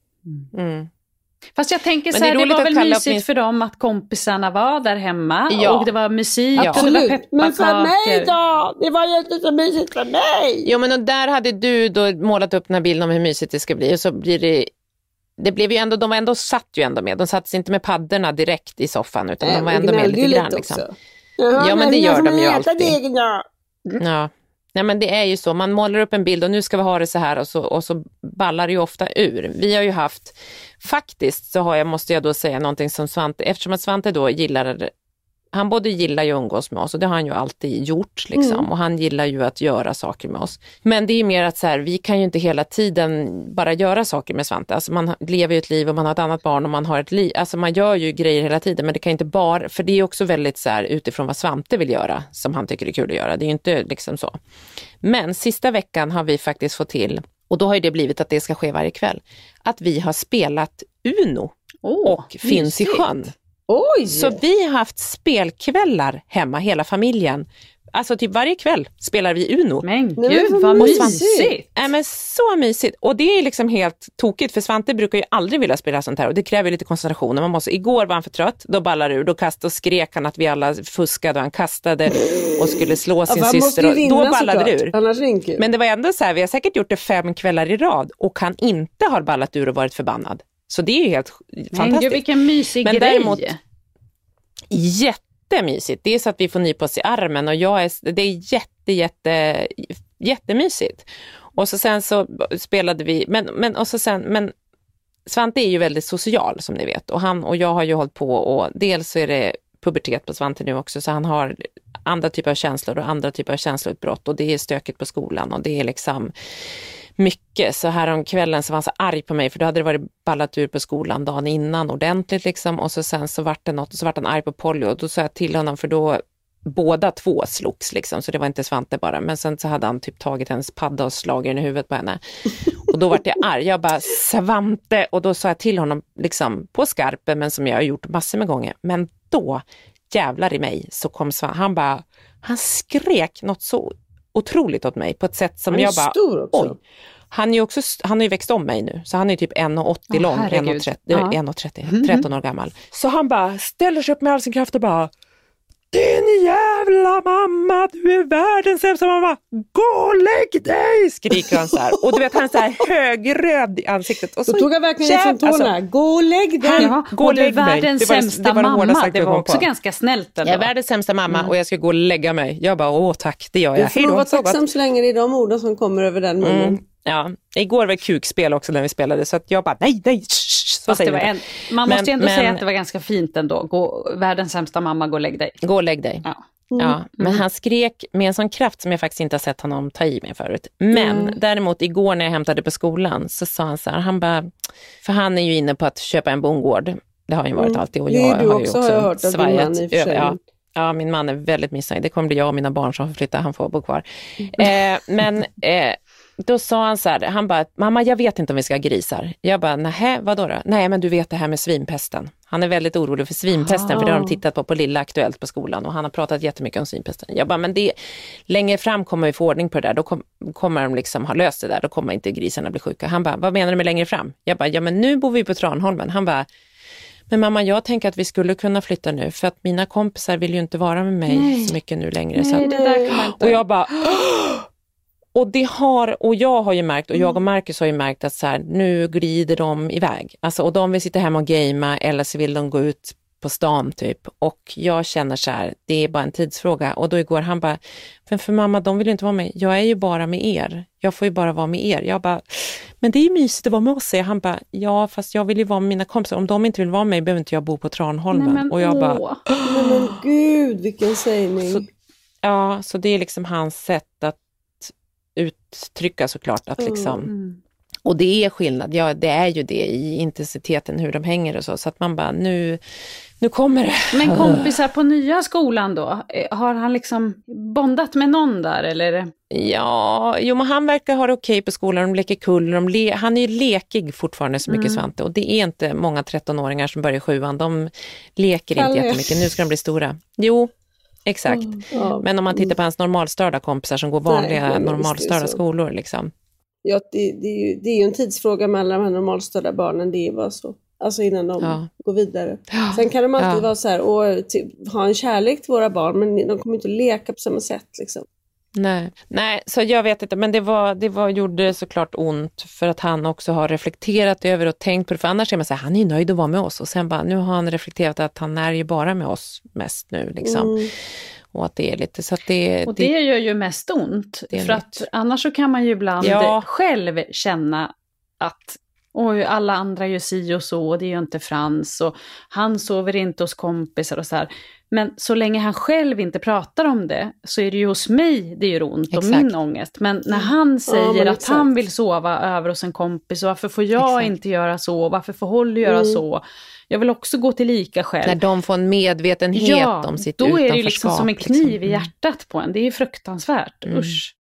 Fast jag tänker så här, det var väl mysigt för dem att kompisarna var där hemma och det var musik och det var pepparkakor. Men för mig då? Det var ju inte så mysigt för mig. Jo, men och där hade du då målat upp den här bilden om hur mysigt det ska bli, och så blir det blev ju ändå, de satt ju ändå med. De satt inte med paddorna direkt i soffan, utan de var ändå med lite grann liksom. Ja, men det gör de ju alltid. Ja. Nej, men det är ju så, man målar upp en bild och nu ska vi ha det så här, och så ballar det ju ofta ur. Vi har ju haft, faktiskt så måste jag då säga någonting som Svante, eftersom att Svante då han både gillar ju att umgås med oss, och det har han ju alltid gjort liksom, och han gillar ju att göra saker med oss. Men det är mer att så här, vi kan ju inte hela tiden bara göra saker med Svante. Alltså man lever ju ett liv och man har ett annat barn och man har ett liv. Alltså man gör ju grejer hela tiden, men det kan inte bara, för det är också väldigt så här utifrån vad Svante vill göra som han tycker är kul att göra. Det är ju inte liksom så. Men sista veckan har vi faktiskt fått till, och då har ju det blivit att det ska ske varje kväll, att vi har spelat Uno och finns i sjön. Oj. Så vi har haft spelkvällar hemma, hela familjen. Alltså typ varje kväll spelar vi Uno. Men gud, vad mysigt. Men så mysigt. Och det är liksom helt tokigt, för Svante brukar ju aldrig vilja spela sånt här. Och det kräver lite koncentration. Igår var han för trött, då ballar ur. Då kastade och skrek han att vi alla fuskade, och han kastade och skulle slå sin syster. Och då ballade det ur. Men det var ändå så här, vi har säkert gjort det 5 kvällar i rad och han inte har ballat ur och varit förbannad. Så det är ju helt fantastiskt. Men gud, vilken mysig grej. Däremot, jättemysigt. Det är så att vi får nypa oss i armen, och det är jätte jättemysigt. Och så sen så spelade vi, men Svante är ju väldigt social som ni vet. Och han och jag har ju hållit på, och dels så är det pubertet på Svante nu också, så han har andra typer av känslor och andra typer av känsloutbrott, och det är stökigt på skolan och det är liksom mycket. Så här om kvällen så var han så arg på mig, för då hade det varit ballat ur på skolan dagen innan ordentligt liksom, och så sen så vart det något, och så vart han arg på Polly, och då sa jag till honom, för då båda två slogs liksom, så det var inte Svante bara, men sen så hade han typ tagit hennes padda och slagit den i huvudet på henne, och då vart jag arg, jag bara Svante, och då sa jag till honom liksom på skarpen, men som jag har gjort massor med gånger, men då jävlar i mig så kom Svante, han skrek något så otroligt åt mig på ett sätt som jag bara, stor också. Oj. Han har ju växt om mig nu, så han är typ 1,80 lång, 1,30, 13 år gammal. Så han bara ställer sig upp med all sin kraft och bara, din jävla mamma, du är världens sämsta mamma, gå och lägg dig, skriker han så här. Och du vet, han är så här högröd i ansiktet. Och så tog jag verkligen ifrån tårna, gå och lägg dig. Gå och lägg dig. Världens sämsta mamma, det var också ganska snällt ändå. Jag är världens sämsta mamma och jag ska gå och lägga mig. Jag bara, åh tack, det gör jag. Du får vara tacksam så länge det är de orden som kommer över den munnen. Ja, igår var kukspel också när vi spelade, så att jag bara, nej, man måste ju ändå säga att det var ganska fint ändå. Världens sämsta mamma, gå och lägg dig. Gå och lägg dig. Ja, men han skrek med en sån kraft som jag faktiskt inte har sett honom ta i med förut. Men däremot igår när jag hämtade på skolan så sa han så här, han bara, för han är ju inne på att köpa en bondgård. Det har han ju varit alltid, och jag har ju också hört svajat över. Ja, min man är väldigt missnöjd. Det kommer bli jag och mina barn som får flytta, han får bo kvar. Då sa han så här, han bara, mamma jag vet inte om vi ska ha grisar. Jag bara, nähä, vadå då? Nej, men du vet det här med svinpesten. Han är väldigt orolig för svinpesten, för det har de tittat på Lilla Aktuellt på skolan, och han har pratat jättemycket om svinpesten. Jag bara, men det, längre fram kommer vi få ordning på det där, då kommer de liksom ha löst det där, då kommer inte grisarna bli sjuka. Han bara, vad menar du med längre fram? Jag bara, ja men nu bor vi på Tranholmen. Han bara, men mamma jag tänker att vi skulle kunna flytta nu, för att mina kompisar vill ju inte vara med mig så mycket nu längre. Nej, så att, det där kan man inte. Och jag bara, och jag har ju märkt, och jag och Marcus har ju märkt att så här, nu glider de iväg. Alltså, och de vill sitta hemma och gamea, eller så vill de gå ut på stan typ. Och jag känner så här, det är bara en tidsfråga. Och då igår han bara, för mamma de vill ju inte vara med. Jag är ju bara med er. Jag får ju bara vara med er. Jag bara, men det är ju mysigt att vara med oss. Han bara, ja fast jag vill ju vara med mina kompisar. Om de inte vill vara med behöver inte jag bo på Tranholmen. Nej, och jag bara, men gud vilken sägning. Så det är liksom hans sätt att uttrycka såklart att liksom, och det är skillnad, ja det är ju det i intensiteten hur de hänger och så att man bara, nu kommer det. Men kompisar på nya skolan då, har han liksom bondat med någon där eller? Ja, men han verkar ha det okej på skolan, de leker kull, han är ju lekig fortfarande så mycket Svante, och det är inte många 13-åringar som börjar i 7:an, de leker inte jättemycket, nu ska de bli stora. Jo, exakt. Men om man tittar på hans normalstörda kompisar som går vanliga normalstörda skolor liksom. Ja, det är ju en tidsfråga med alla de här normalstörda barnen, det är bara så. Alltså innan de går vidare. Sen kan de alltid vara så här och ha en kärlek till våra barn, men de kommer inte att leka på samma sätt liksom. Nej, så jag vet inte, men det gjorde såklart ont, för att han också har reflekterat över och tänkt på det, för annars är man så här, han är nöjd att vara med oss, och sen bara, nu har han reflekterat att han är ju bara med oss mest nu liksom. Och att det är lite så att det gör ju mest ont, för att annars så kan man ju ibland själv känna att oj, alla andra gör si och så, och det är ju inte Frans, och han sover inte hos kompisar och så här. Men så länge han själv inte pratar om det, så är det ju hos mig det gör ont och min ångest. Men när han säger att han vill sova över hos en kompis, och varför får jag inte göra så, varför får Holly göra så? Jag vill också gå till lika själv. När de får en medvetenhet om sitt utanförskap. Då är det liksom som en kniv i hjärtat på en. Det är fruktansvärt, usch.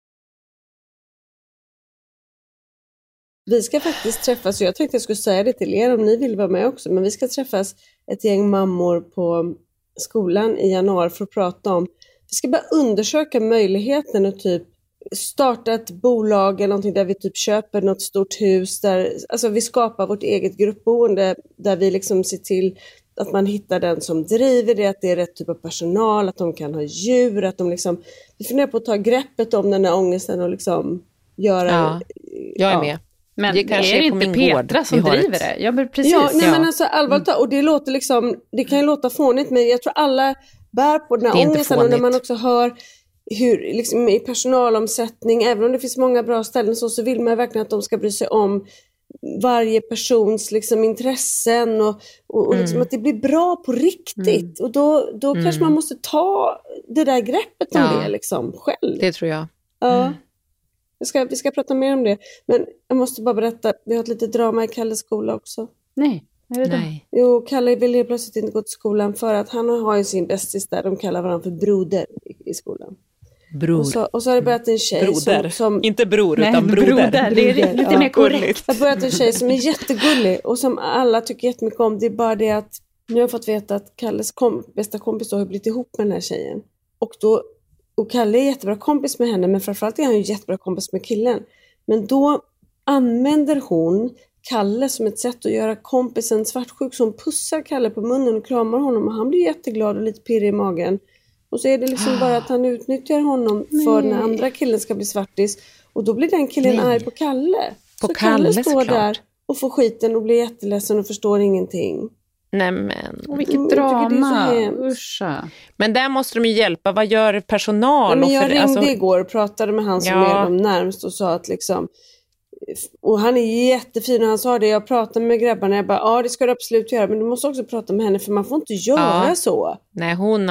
Vi ska faktiskt träffas, och jag tänkte jag skulle säga det till er om ni vill vara med också, men vi ska träffas ett gäng mammor på skolan i januari för att prata om, vi ska bara undersöka möjligheten att typ starta ett bolag eller någonting där vi typ köper något stort hus, där alltså vi skapar vårt eget gruppboende, där vi liksom ser till att man hittar den som driver det, att det är rätt typ av personal, att de kan ha djur, att de liksom, vi funderar på att ta greppet om den här ångesten och liksom göra... jag är med. Men det är det inte Petra som driver det? Ja, men precis. Men alltså allvarligt, och det låter liksom, det kan ju låta fånigt, men jag tror alla bär på den här ångesten, och när man också hör hur liksom, i personalomsättning, även om det finns många bra ställen så vill man verkligen att de ska bry sig om varje persons liksom, intressen och liksom, att det blir bra på riktigt. Och då kanske man måste ta det där greppet om det liksom, själv. Det tror jag. Ja. Vi ska prata mer om det. Men jag måste bara berätta, vi har ett litet drama i Kalles skola också. Nej, är det Nej. Jo, Kalle vill ju plötsligt inte gå till skolan för att han har ju sin bästis där. De kallar varandra för broder i skolan. Bror. Och så har det börjat en tjej som inte bror Nej, utan broder. Det är lite mer korrekt. Det har börjat en tjej som är jättegullig och som alla tycker jättemycket om. Det är bara det att nu har jag fått veta att Kalles bästa kompis då har blivit ihop med den här tjejen. Och Kalle är jättebra kompis med henne, men framförallt är han ju jättebra kompis med killen. Men då använder hon Kalle som ett sätt att göra kompisen svartsjuk, som pussar Kalle på munnen och kramar honom, och han blir jätteglad och lite pirrig i magen. Och så är det liksom bara att han utnyttjar honom för när andra killen ska bli svartis. Och då blir den killen arg på Kalle. På så Kalle står såklart. där och får skiten och blir jätteledsen och förstår ingenting. Nämen. Och vilket drama. Uscha. Men där måste de ju hjälpa. Vad gör personal? Ja, men jag ringde igår och pratade med han som är dem närmst och sa att liksom, och han är jättefin och han sa det, jag pratade med grabbarna, jag bara, det ska du absolut göra, men du måste också prata med henne för man får inte göra så. Nej, hon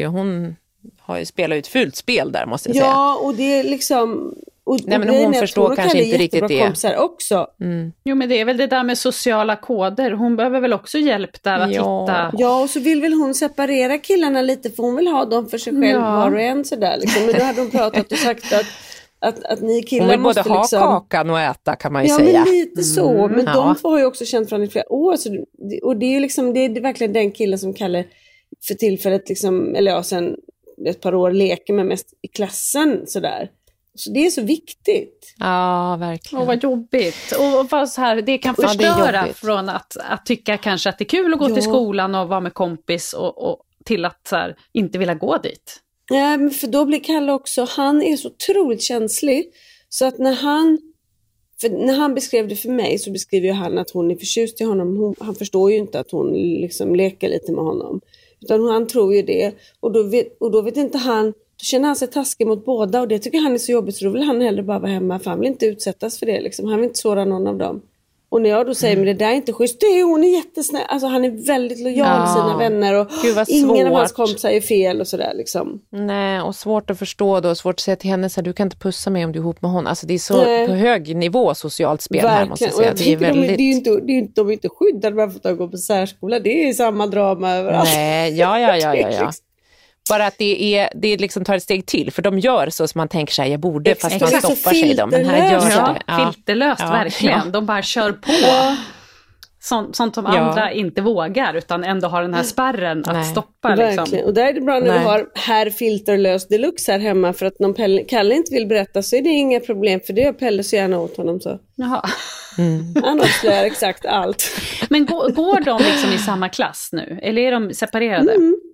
har ju spelat ut fult spel där, måste jag säga. Ja, och det är liksom... Nej, men hon förstår kanske inte riktigt det. Också. Jo, men det är väl det där med sociala koder. Hon behöver väl också hjälp där att hitta... Ja, och så vill väl hon separera killarna lite, för hon vill ha dem för sig själv var och en sådär. Liksom. Men då hade hon pratat och sagt att ni killar hon vill måste både ha liksom... kakan och äta, kan man ju säga. Ja, men lite så. Men de har ju också känt från i flera år. Så, och det är ju liksom, det är verkligen den killen som Kalle för tillfället liksom, eller ja, sen ett par år leker med mest i klassen sådär. Så det är så viktigt. Ja, verkligen. Vad jobbigt. Och vad så här, det kan förstöra från att tycka kanske att det är kul att gå till skolan och vara med kompis och till att så här, inte vilja gå dit. Ja, men för då blir Kalle också, han är så otroligt känslig. Så att när han beskrev det för mig, så beskriver han att hon är förtjust i honom. Han förstår ju inte att hon liksom leker lite med honom. Utan han tror ju det. Och då vet inte han, då känner han sig taskig mot båda. Och det tycker han är så jobbigt, så då vill han hellre bara vara hemma. För han vill inte utsättas för det liksom. Han vill inte såra någon av dem. Och när jag då säger, men det där är inte schysst, hon är jättesnäll. Alltså han är väldigt lojal med sina vänner. Och ingen av hans kompisar är fel och sådär liksom. Nej, och svårt att förstå då. Svårt att säga till henne så här, du kan inte pussa mig om du är ihop med honom. Alltså det är så på hög nivå socialt spel här, måste jag säga. Och jag de är inte skyddade bara för att gå på särskola. Det är samma drama överallt. Nej, ja. Bara att det liksom tar ett steg till. För de gör så som man tänker sig, jag borde, fast man stoppar sig dem. Men här gör det. Filterlöst, verkligen. Ja. De bara kör på. Sånt som andra inte vågar, utan ändå har den här spärren att stoppa. Verkligen. Liksom. Och där är det bra när vi har här filterlöst deluxe här hemma. För att någon Kalle inte vill berätta, så är det inga problem. För det gör Pelle så gärna åt honom så. Jaha. Han avslöjar exakt allt. Men går de liksom i samma klass nu? Eller är de separerade?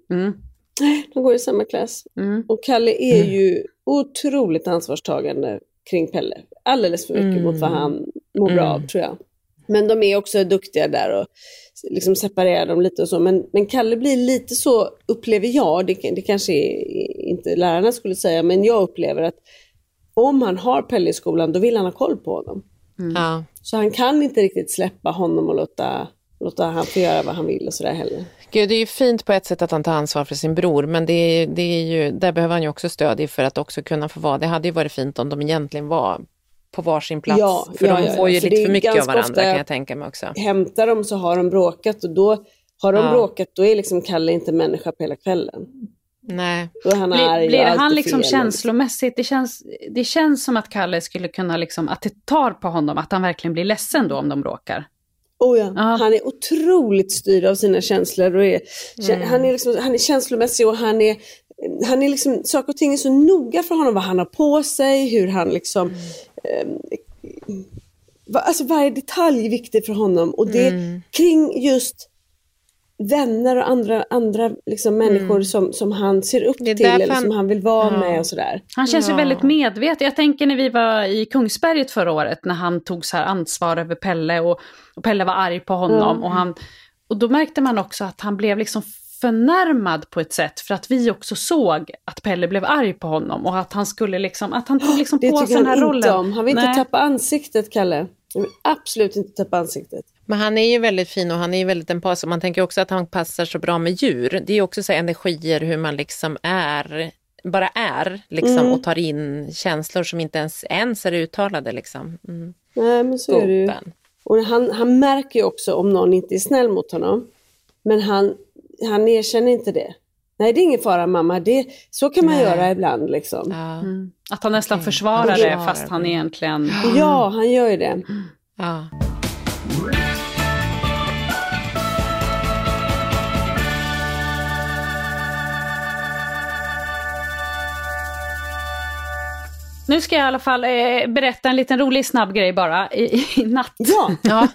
De går i samma klass. Och Kalle är ju otroligt ansvarstagande kring Pelle. Alldeles för mycket mot vad han mår bra av, tror jag. Men de är också duktiga där och liksom separerar dem lite och så. Men Kalle blir lite så, upplever jag, det kanske inte lärarna skulle säga, men jag upplever att om han har Pelle i skolan, då vill han ha koll på honom. Så han kan inte riktigt släppa honom och låta han få göra vad han vill och sådär heller. Gud, det är ju fint på ett sätt att han tar ansvar för sin bror, men det är ju, där behöver han ju också stöd för att också kunna få vara. Det hade ju varit fint om de egentligen var på varsin plats. För de får ju lite för mycket av varandra, kan jag tänka mig också. Hämtar de så har de bråkat, och då har de bråkat, då är liksom Kalle inte människa på hela kvällen. Nej. Blir han liksom känslomässigt, det känns som att Kalle skulle kunna liksom, att det tar på honom, att han verkligen blir ledsen då om de bråkar. Han är otroligt styrd av sina känslor och han är känslomässig, och han är liksom, saker och ting är så noga för honom, vad han har på sig, hur han liksom alltså varje detalj är viktig för honom, och det kring just vänner och andra liksom människor som han ser upp till eller som han vill vara med och sådär. Han känns ju väldigt medveten. Jag tänker när vi var i Kungsberget förra året, när han tog så här ansvar över Pelle och Pelle var arg på honom och då märkte man också att han blev liksom förnärmad på ett sätt för att vi också såg att Pelle blev arg på honom och att han skulle liksom, att han tog liksom på sig den här rollen. Han vill inte tappa ansiktet, Kalle. Han vill absolut inte tappa ansiktet. Men han är ju väldigt fin och han är ju väldigt empatisk. Man tänker också att han passar så bra med djur. Det är också så energier hur man liksom bara är liksom, och tar in känslor som inte ens är uttalade liksom. Nej, men så är det ju. Och han märker ju också om någon inte är snäll mot honom. Men han erkänner inte det. Nej, det är ingen fara, mamma. Så kan man göra ibland liksom. Ja. Att han nästan försvarar det fast han egentligen... Ja, han gör ju det. Ja. Nu ska jag i alla fall berätta en liten rolig snabb grej bara i natt. Ja.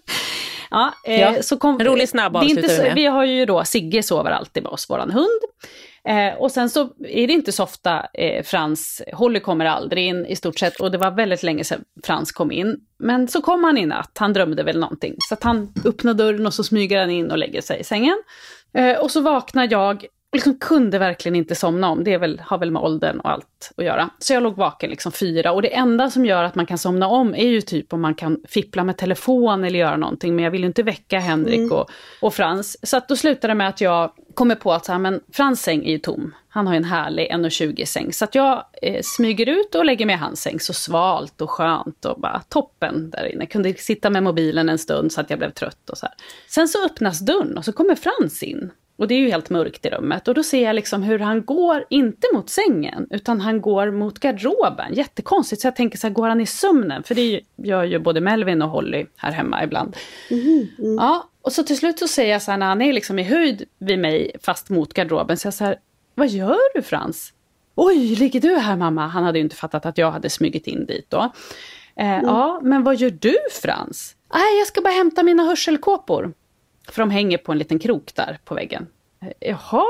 Så kom, en rolig snabb avslutar vi har ju då, Sigge sover alltid med oss, våran hund. Och sen så är det inte så ofta Holly kommer aldrig in i stort sett. Och det var väldigt länge sedan Frans kom in. Men så kom han in natt, han drömde väl någonting. Så att han öppnar dörren och så smyger han in och lägger sig i sängen. Och så vaknar jag. Liksom kunde verkligen inte somna om. Det har väl med åldern och allt att göra. Så jag låg vaken liksom 4. Och det enda som gör att man kan somna om är ju typ om man kan fippla med telefon eller göra någonting. Men jag vill inte väcka Henrik och Frans. Så att då slutade det med att jag kommer på att men Frans säng är ju tom. Han har ju en härlig 1,20 säng. Så att jag smyger ut och lägger mig i hans säng. Så svalt och skönt och bara toppen där inne. Jag kunde sitta med mobilen en stund så att jag blev trött och så här. Sen så öppnas dörren och så kommer Frans in. Och det är ju helt mörkt i rummet. Och då ser jag liksom hur han går, inte mot sängen, utan han går mot garderoben. Jättekonstigt, så jag tänker så här, går han i sömnen? För det gör ju både Melvin och Holly här hemma ibland. Ja, och så till slut så säger jag så här, när han är liksom i höjd vid mig, fast mot garderoben, så jag så här, vad gör du, Frans? Oj, ligger du här, mamma? Han hade ju inte fattat att jag hade smugit in dit då. Ja, men vad gör du, Frans? Nej, jag ska bara hämta mina hörselkåpor. För de hänger på en liten krok där på väggen. Jaha,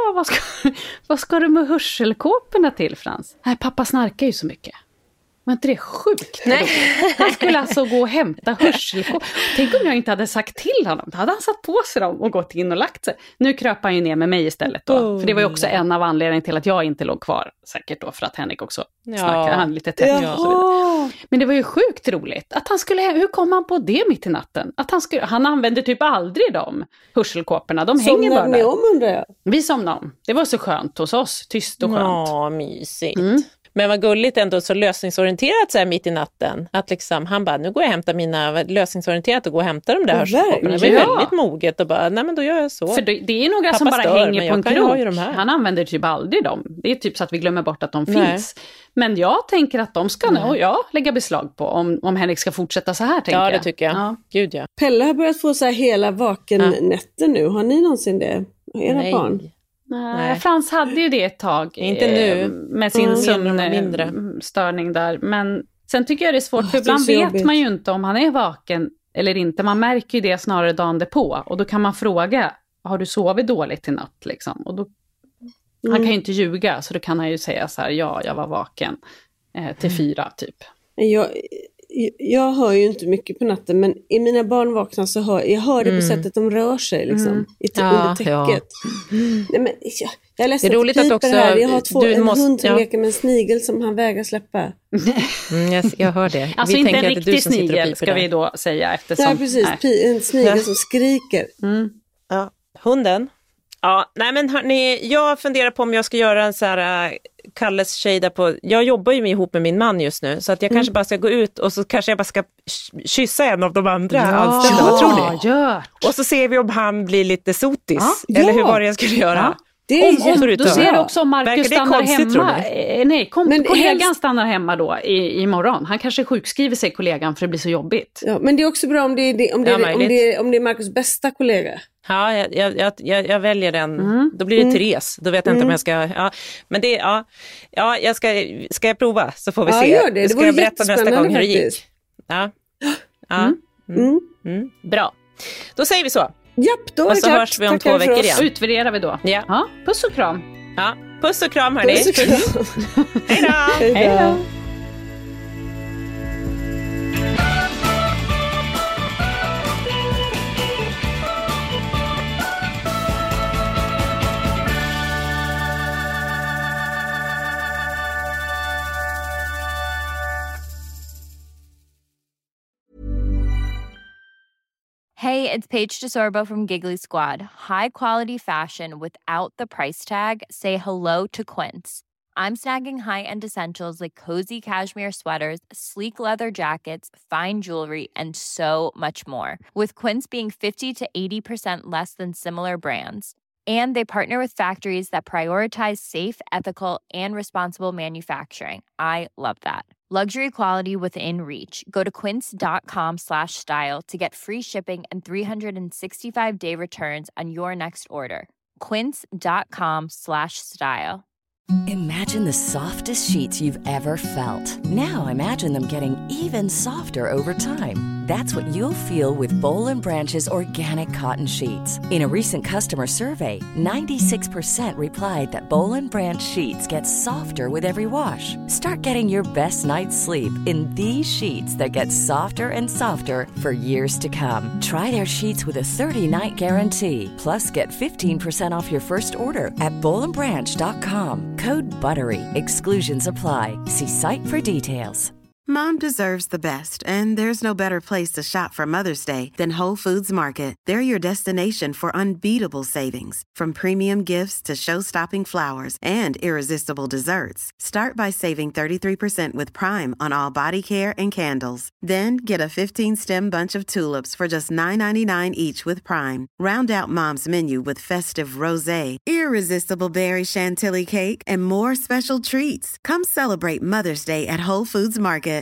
vad ska du med hörselkåporna till, Frans? Nej, pappa snarkar ju så mycket. Men inte det sjukt? Nej. Han skulle alltså gå och hämta hörselkåpor. Tänk om jag inte hade sagt till honom. Då hade han satt på sig dem och gått in och lagt sig. Nu kröp han ju ner med mig istället då. För det var ju också en av anledningarna till att jag inte låg kvar. Säkert då, för att Henrik också snarkade. Han lite tätt och så vidare. Men det var ju sjukt roligt. Att han skulle, hur kom han på det mitt i natten? Att han använde typ aldrig de hörselkåporna. De hänger bara där. Somnade ni om, undrar jag? Vi somnade om. Det var så skönt hos oss. Tyst och skönt. Ja, mysigt. Men vad gulligt ändå, så lösningsorienterat så här mitt i natten. Att liksom, han bara, nu går jag och hämtar mina lösningsorienterat och går och hämtar de där hörselkåporna. Det var väldigt moget och bara, nej men då gör jag så. För det är några som bara hänger på en krok. Han använder typ aldrig dem. Det är typ så att vi glömmer bort att de finns. Men jag tänker att de ska nog lägga beslag på om Henrik ska fortsätta så här, tänker jag. Ja, det tycker jag. Ja. Gud, ja. Pelle har börjat få så här hela vakennätter nu. Har ni någonsin det? Era barn? Nej. Frans hade ju det ett tag. Inte nu. Med sin sömnstörning där. Men sen tycker jag det är svårt. För ibland vet man ju inte om han är vaken eller inte. Man märker ju det snarare dagen därpå. Och då kan man fråga, har du sovit dåligt i natt? Liksom? Och då, han kan ju inte ljuga. Så då kan han ju säga så här, ja, jag var vaken till 4 typ. Jag hör ju inte mycket på natten, men i mina barn vaknar så hör det på sättet de rör sig liksom, under täcket. Ja. Nej, men, jag läste det är roligt att också här. Jag har en hund som leker med en snigel som han vägrar släppa. Jag hör det. Alltså vi inte en riktig snigel ska vi då säga. Eftersom, ja, precis. En snigel som skriker. Ja. Hunden. Ja, nej men hörni, jag funderar på om jag ska göra en så här Kalles tjej där på, jag jobbar ju ihop med min man just nu, så att jag kanske bara ska gå ut och så kanske jag bara ska kyssa en av de andra anställda, vad tror ni? Ja. Och så ser vi om han blir lite sotis, eller hur var det jag skulle göra? Ja. Då ser du också om Marcus stannar hemma. Nej, kollegan stannar hemma då imorgon. Han kanske sjukskriver sig, kollegan, för det blir så jobbigt. Ja, men det är också bra om det är Marcus bästa kollega. Ja, jag väljer den. Då blir det Therese. Då vet jag inte om jag ska... Ja, men det... Ja, ska jag prova så får vi se. Gör det. Ska jag berätta nästa gång hur det gick? Ja. Bra. Då säger vi så. Japp, då är det klart. Och så hörs vi om 2 veckor igen. Utvärderar vi då. Ja. Puss och kram. Ja, puss och kram, hörni. Puss och kram. Hej då. Hey, it's Paige DeSorbo from Giggly Squad. High quality fashion without the price tag. Say hello to Quince. I'm snagging high-end essentials like cozy cashmere sweaters, sleek leather jackets, fine jewelry, and so much more. With Quince being 50 to 80% less than similar brands. And they partner with factories that prioritize safe, ethical, and responsible manufacturing. I love that. Luxury quality within reach. Go to quince.com/style to get free shipping and 365-day returns on your next order. Quince.com/style. Imagine the softest sheets you've ever felt. Now imagine them getting even softer over time. That's what you'll feel with Boll & Branch's organic cotton sheets. In a recent customer survey, 96% replied that Boll & Branch sheets get softer with every wash. Start getting your best night's sleep in these sheets that get softer and softer for years to come. Try their sheets with a 30-night guarantee. Plus, get 15% off your first order at bollandbranch.com. Code BUTTERY. Exclusions apply. See site for details. Mom deserves the best, and there's no better place to shop for Mother's Day than Whole Foods Market. They're your destination for unbeatable savings, from premium gifts to show-stopping flowers and irresistible desserts. Start by saving 33% with Prime on all body care and candles. Then get a 15-stem bunch of tulips for just $9.99 each with Prime. Round out Mom's menu with festive rosé, irresistible berry chantilly cake, and more special treats. Come celebrate Mother's Day at Whole Foods Market.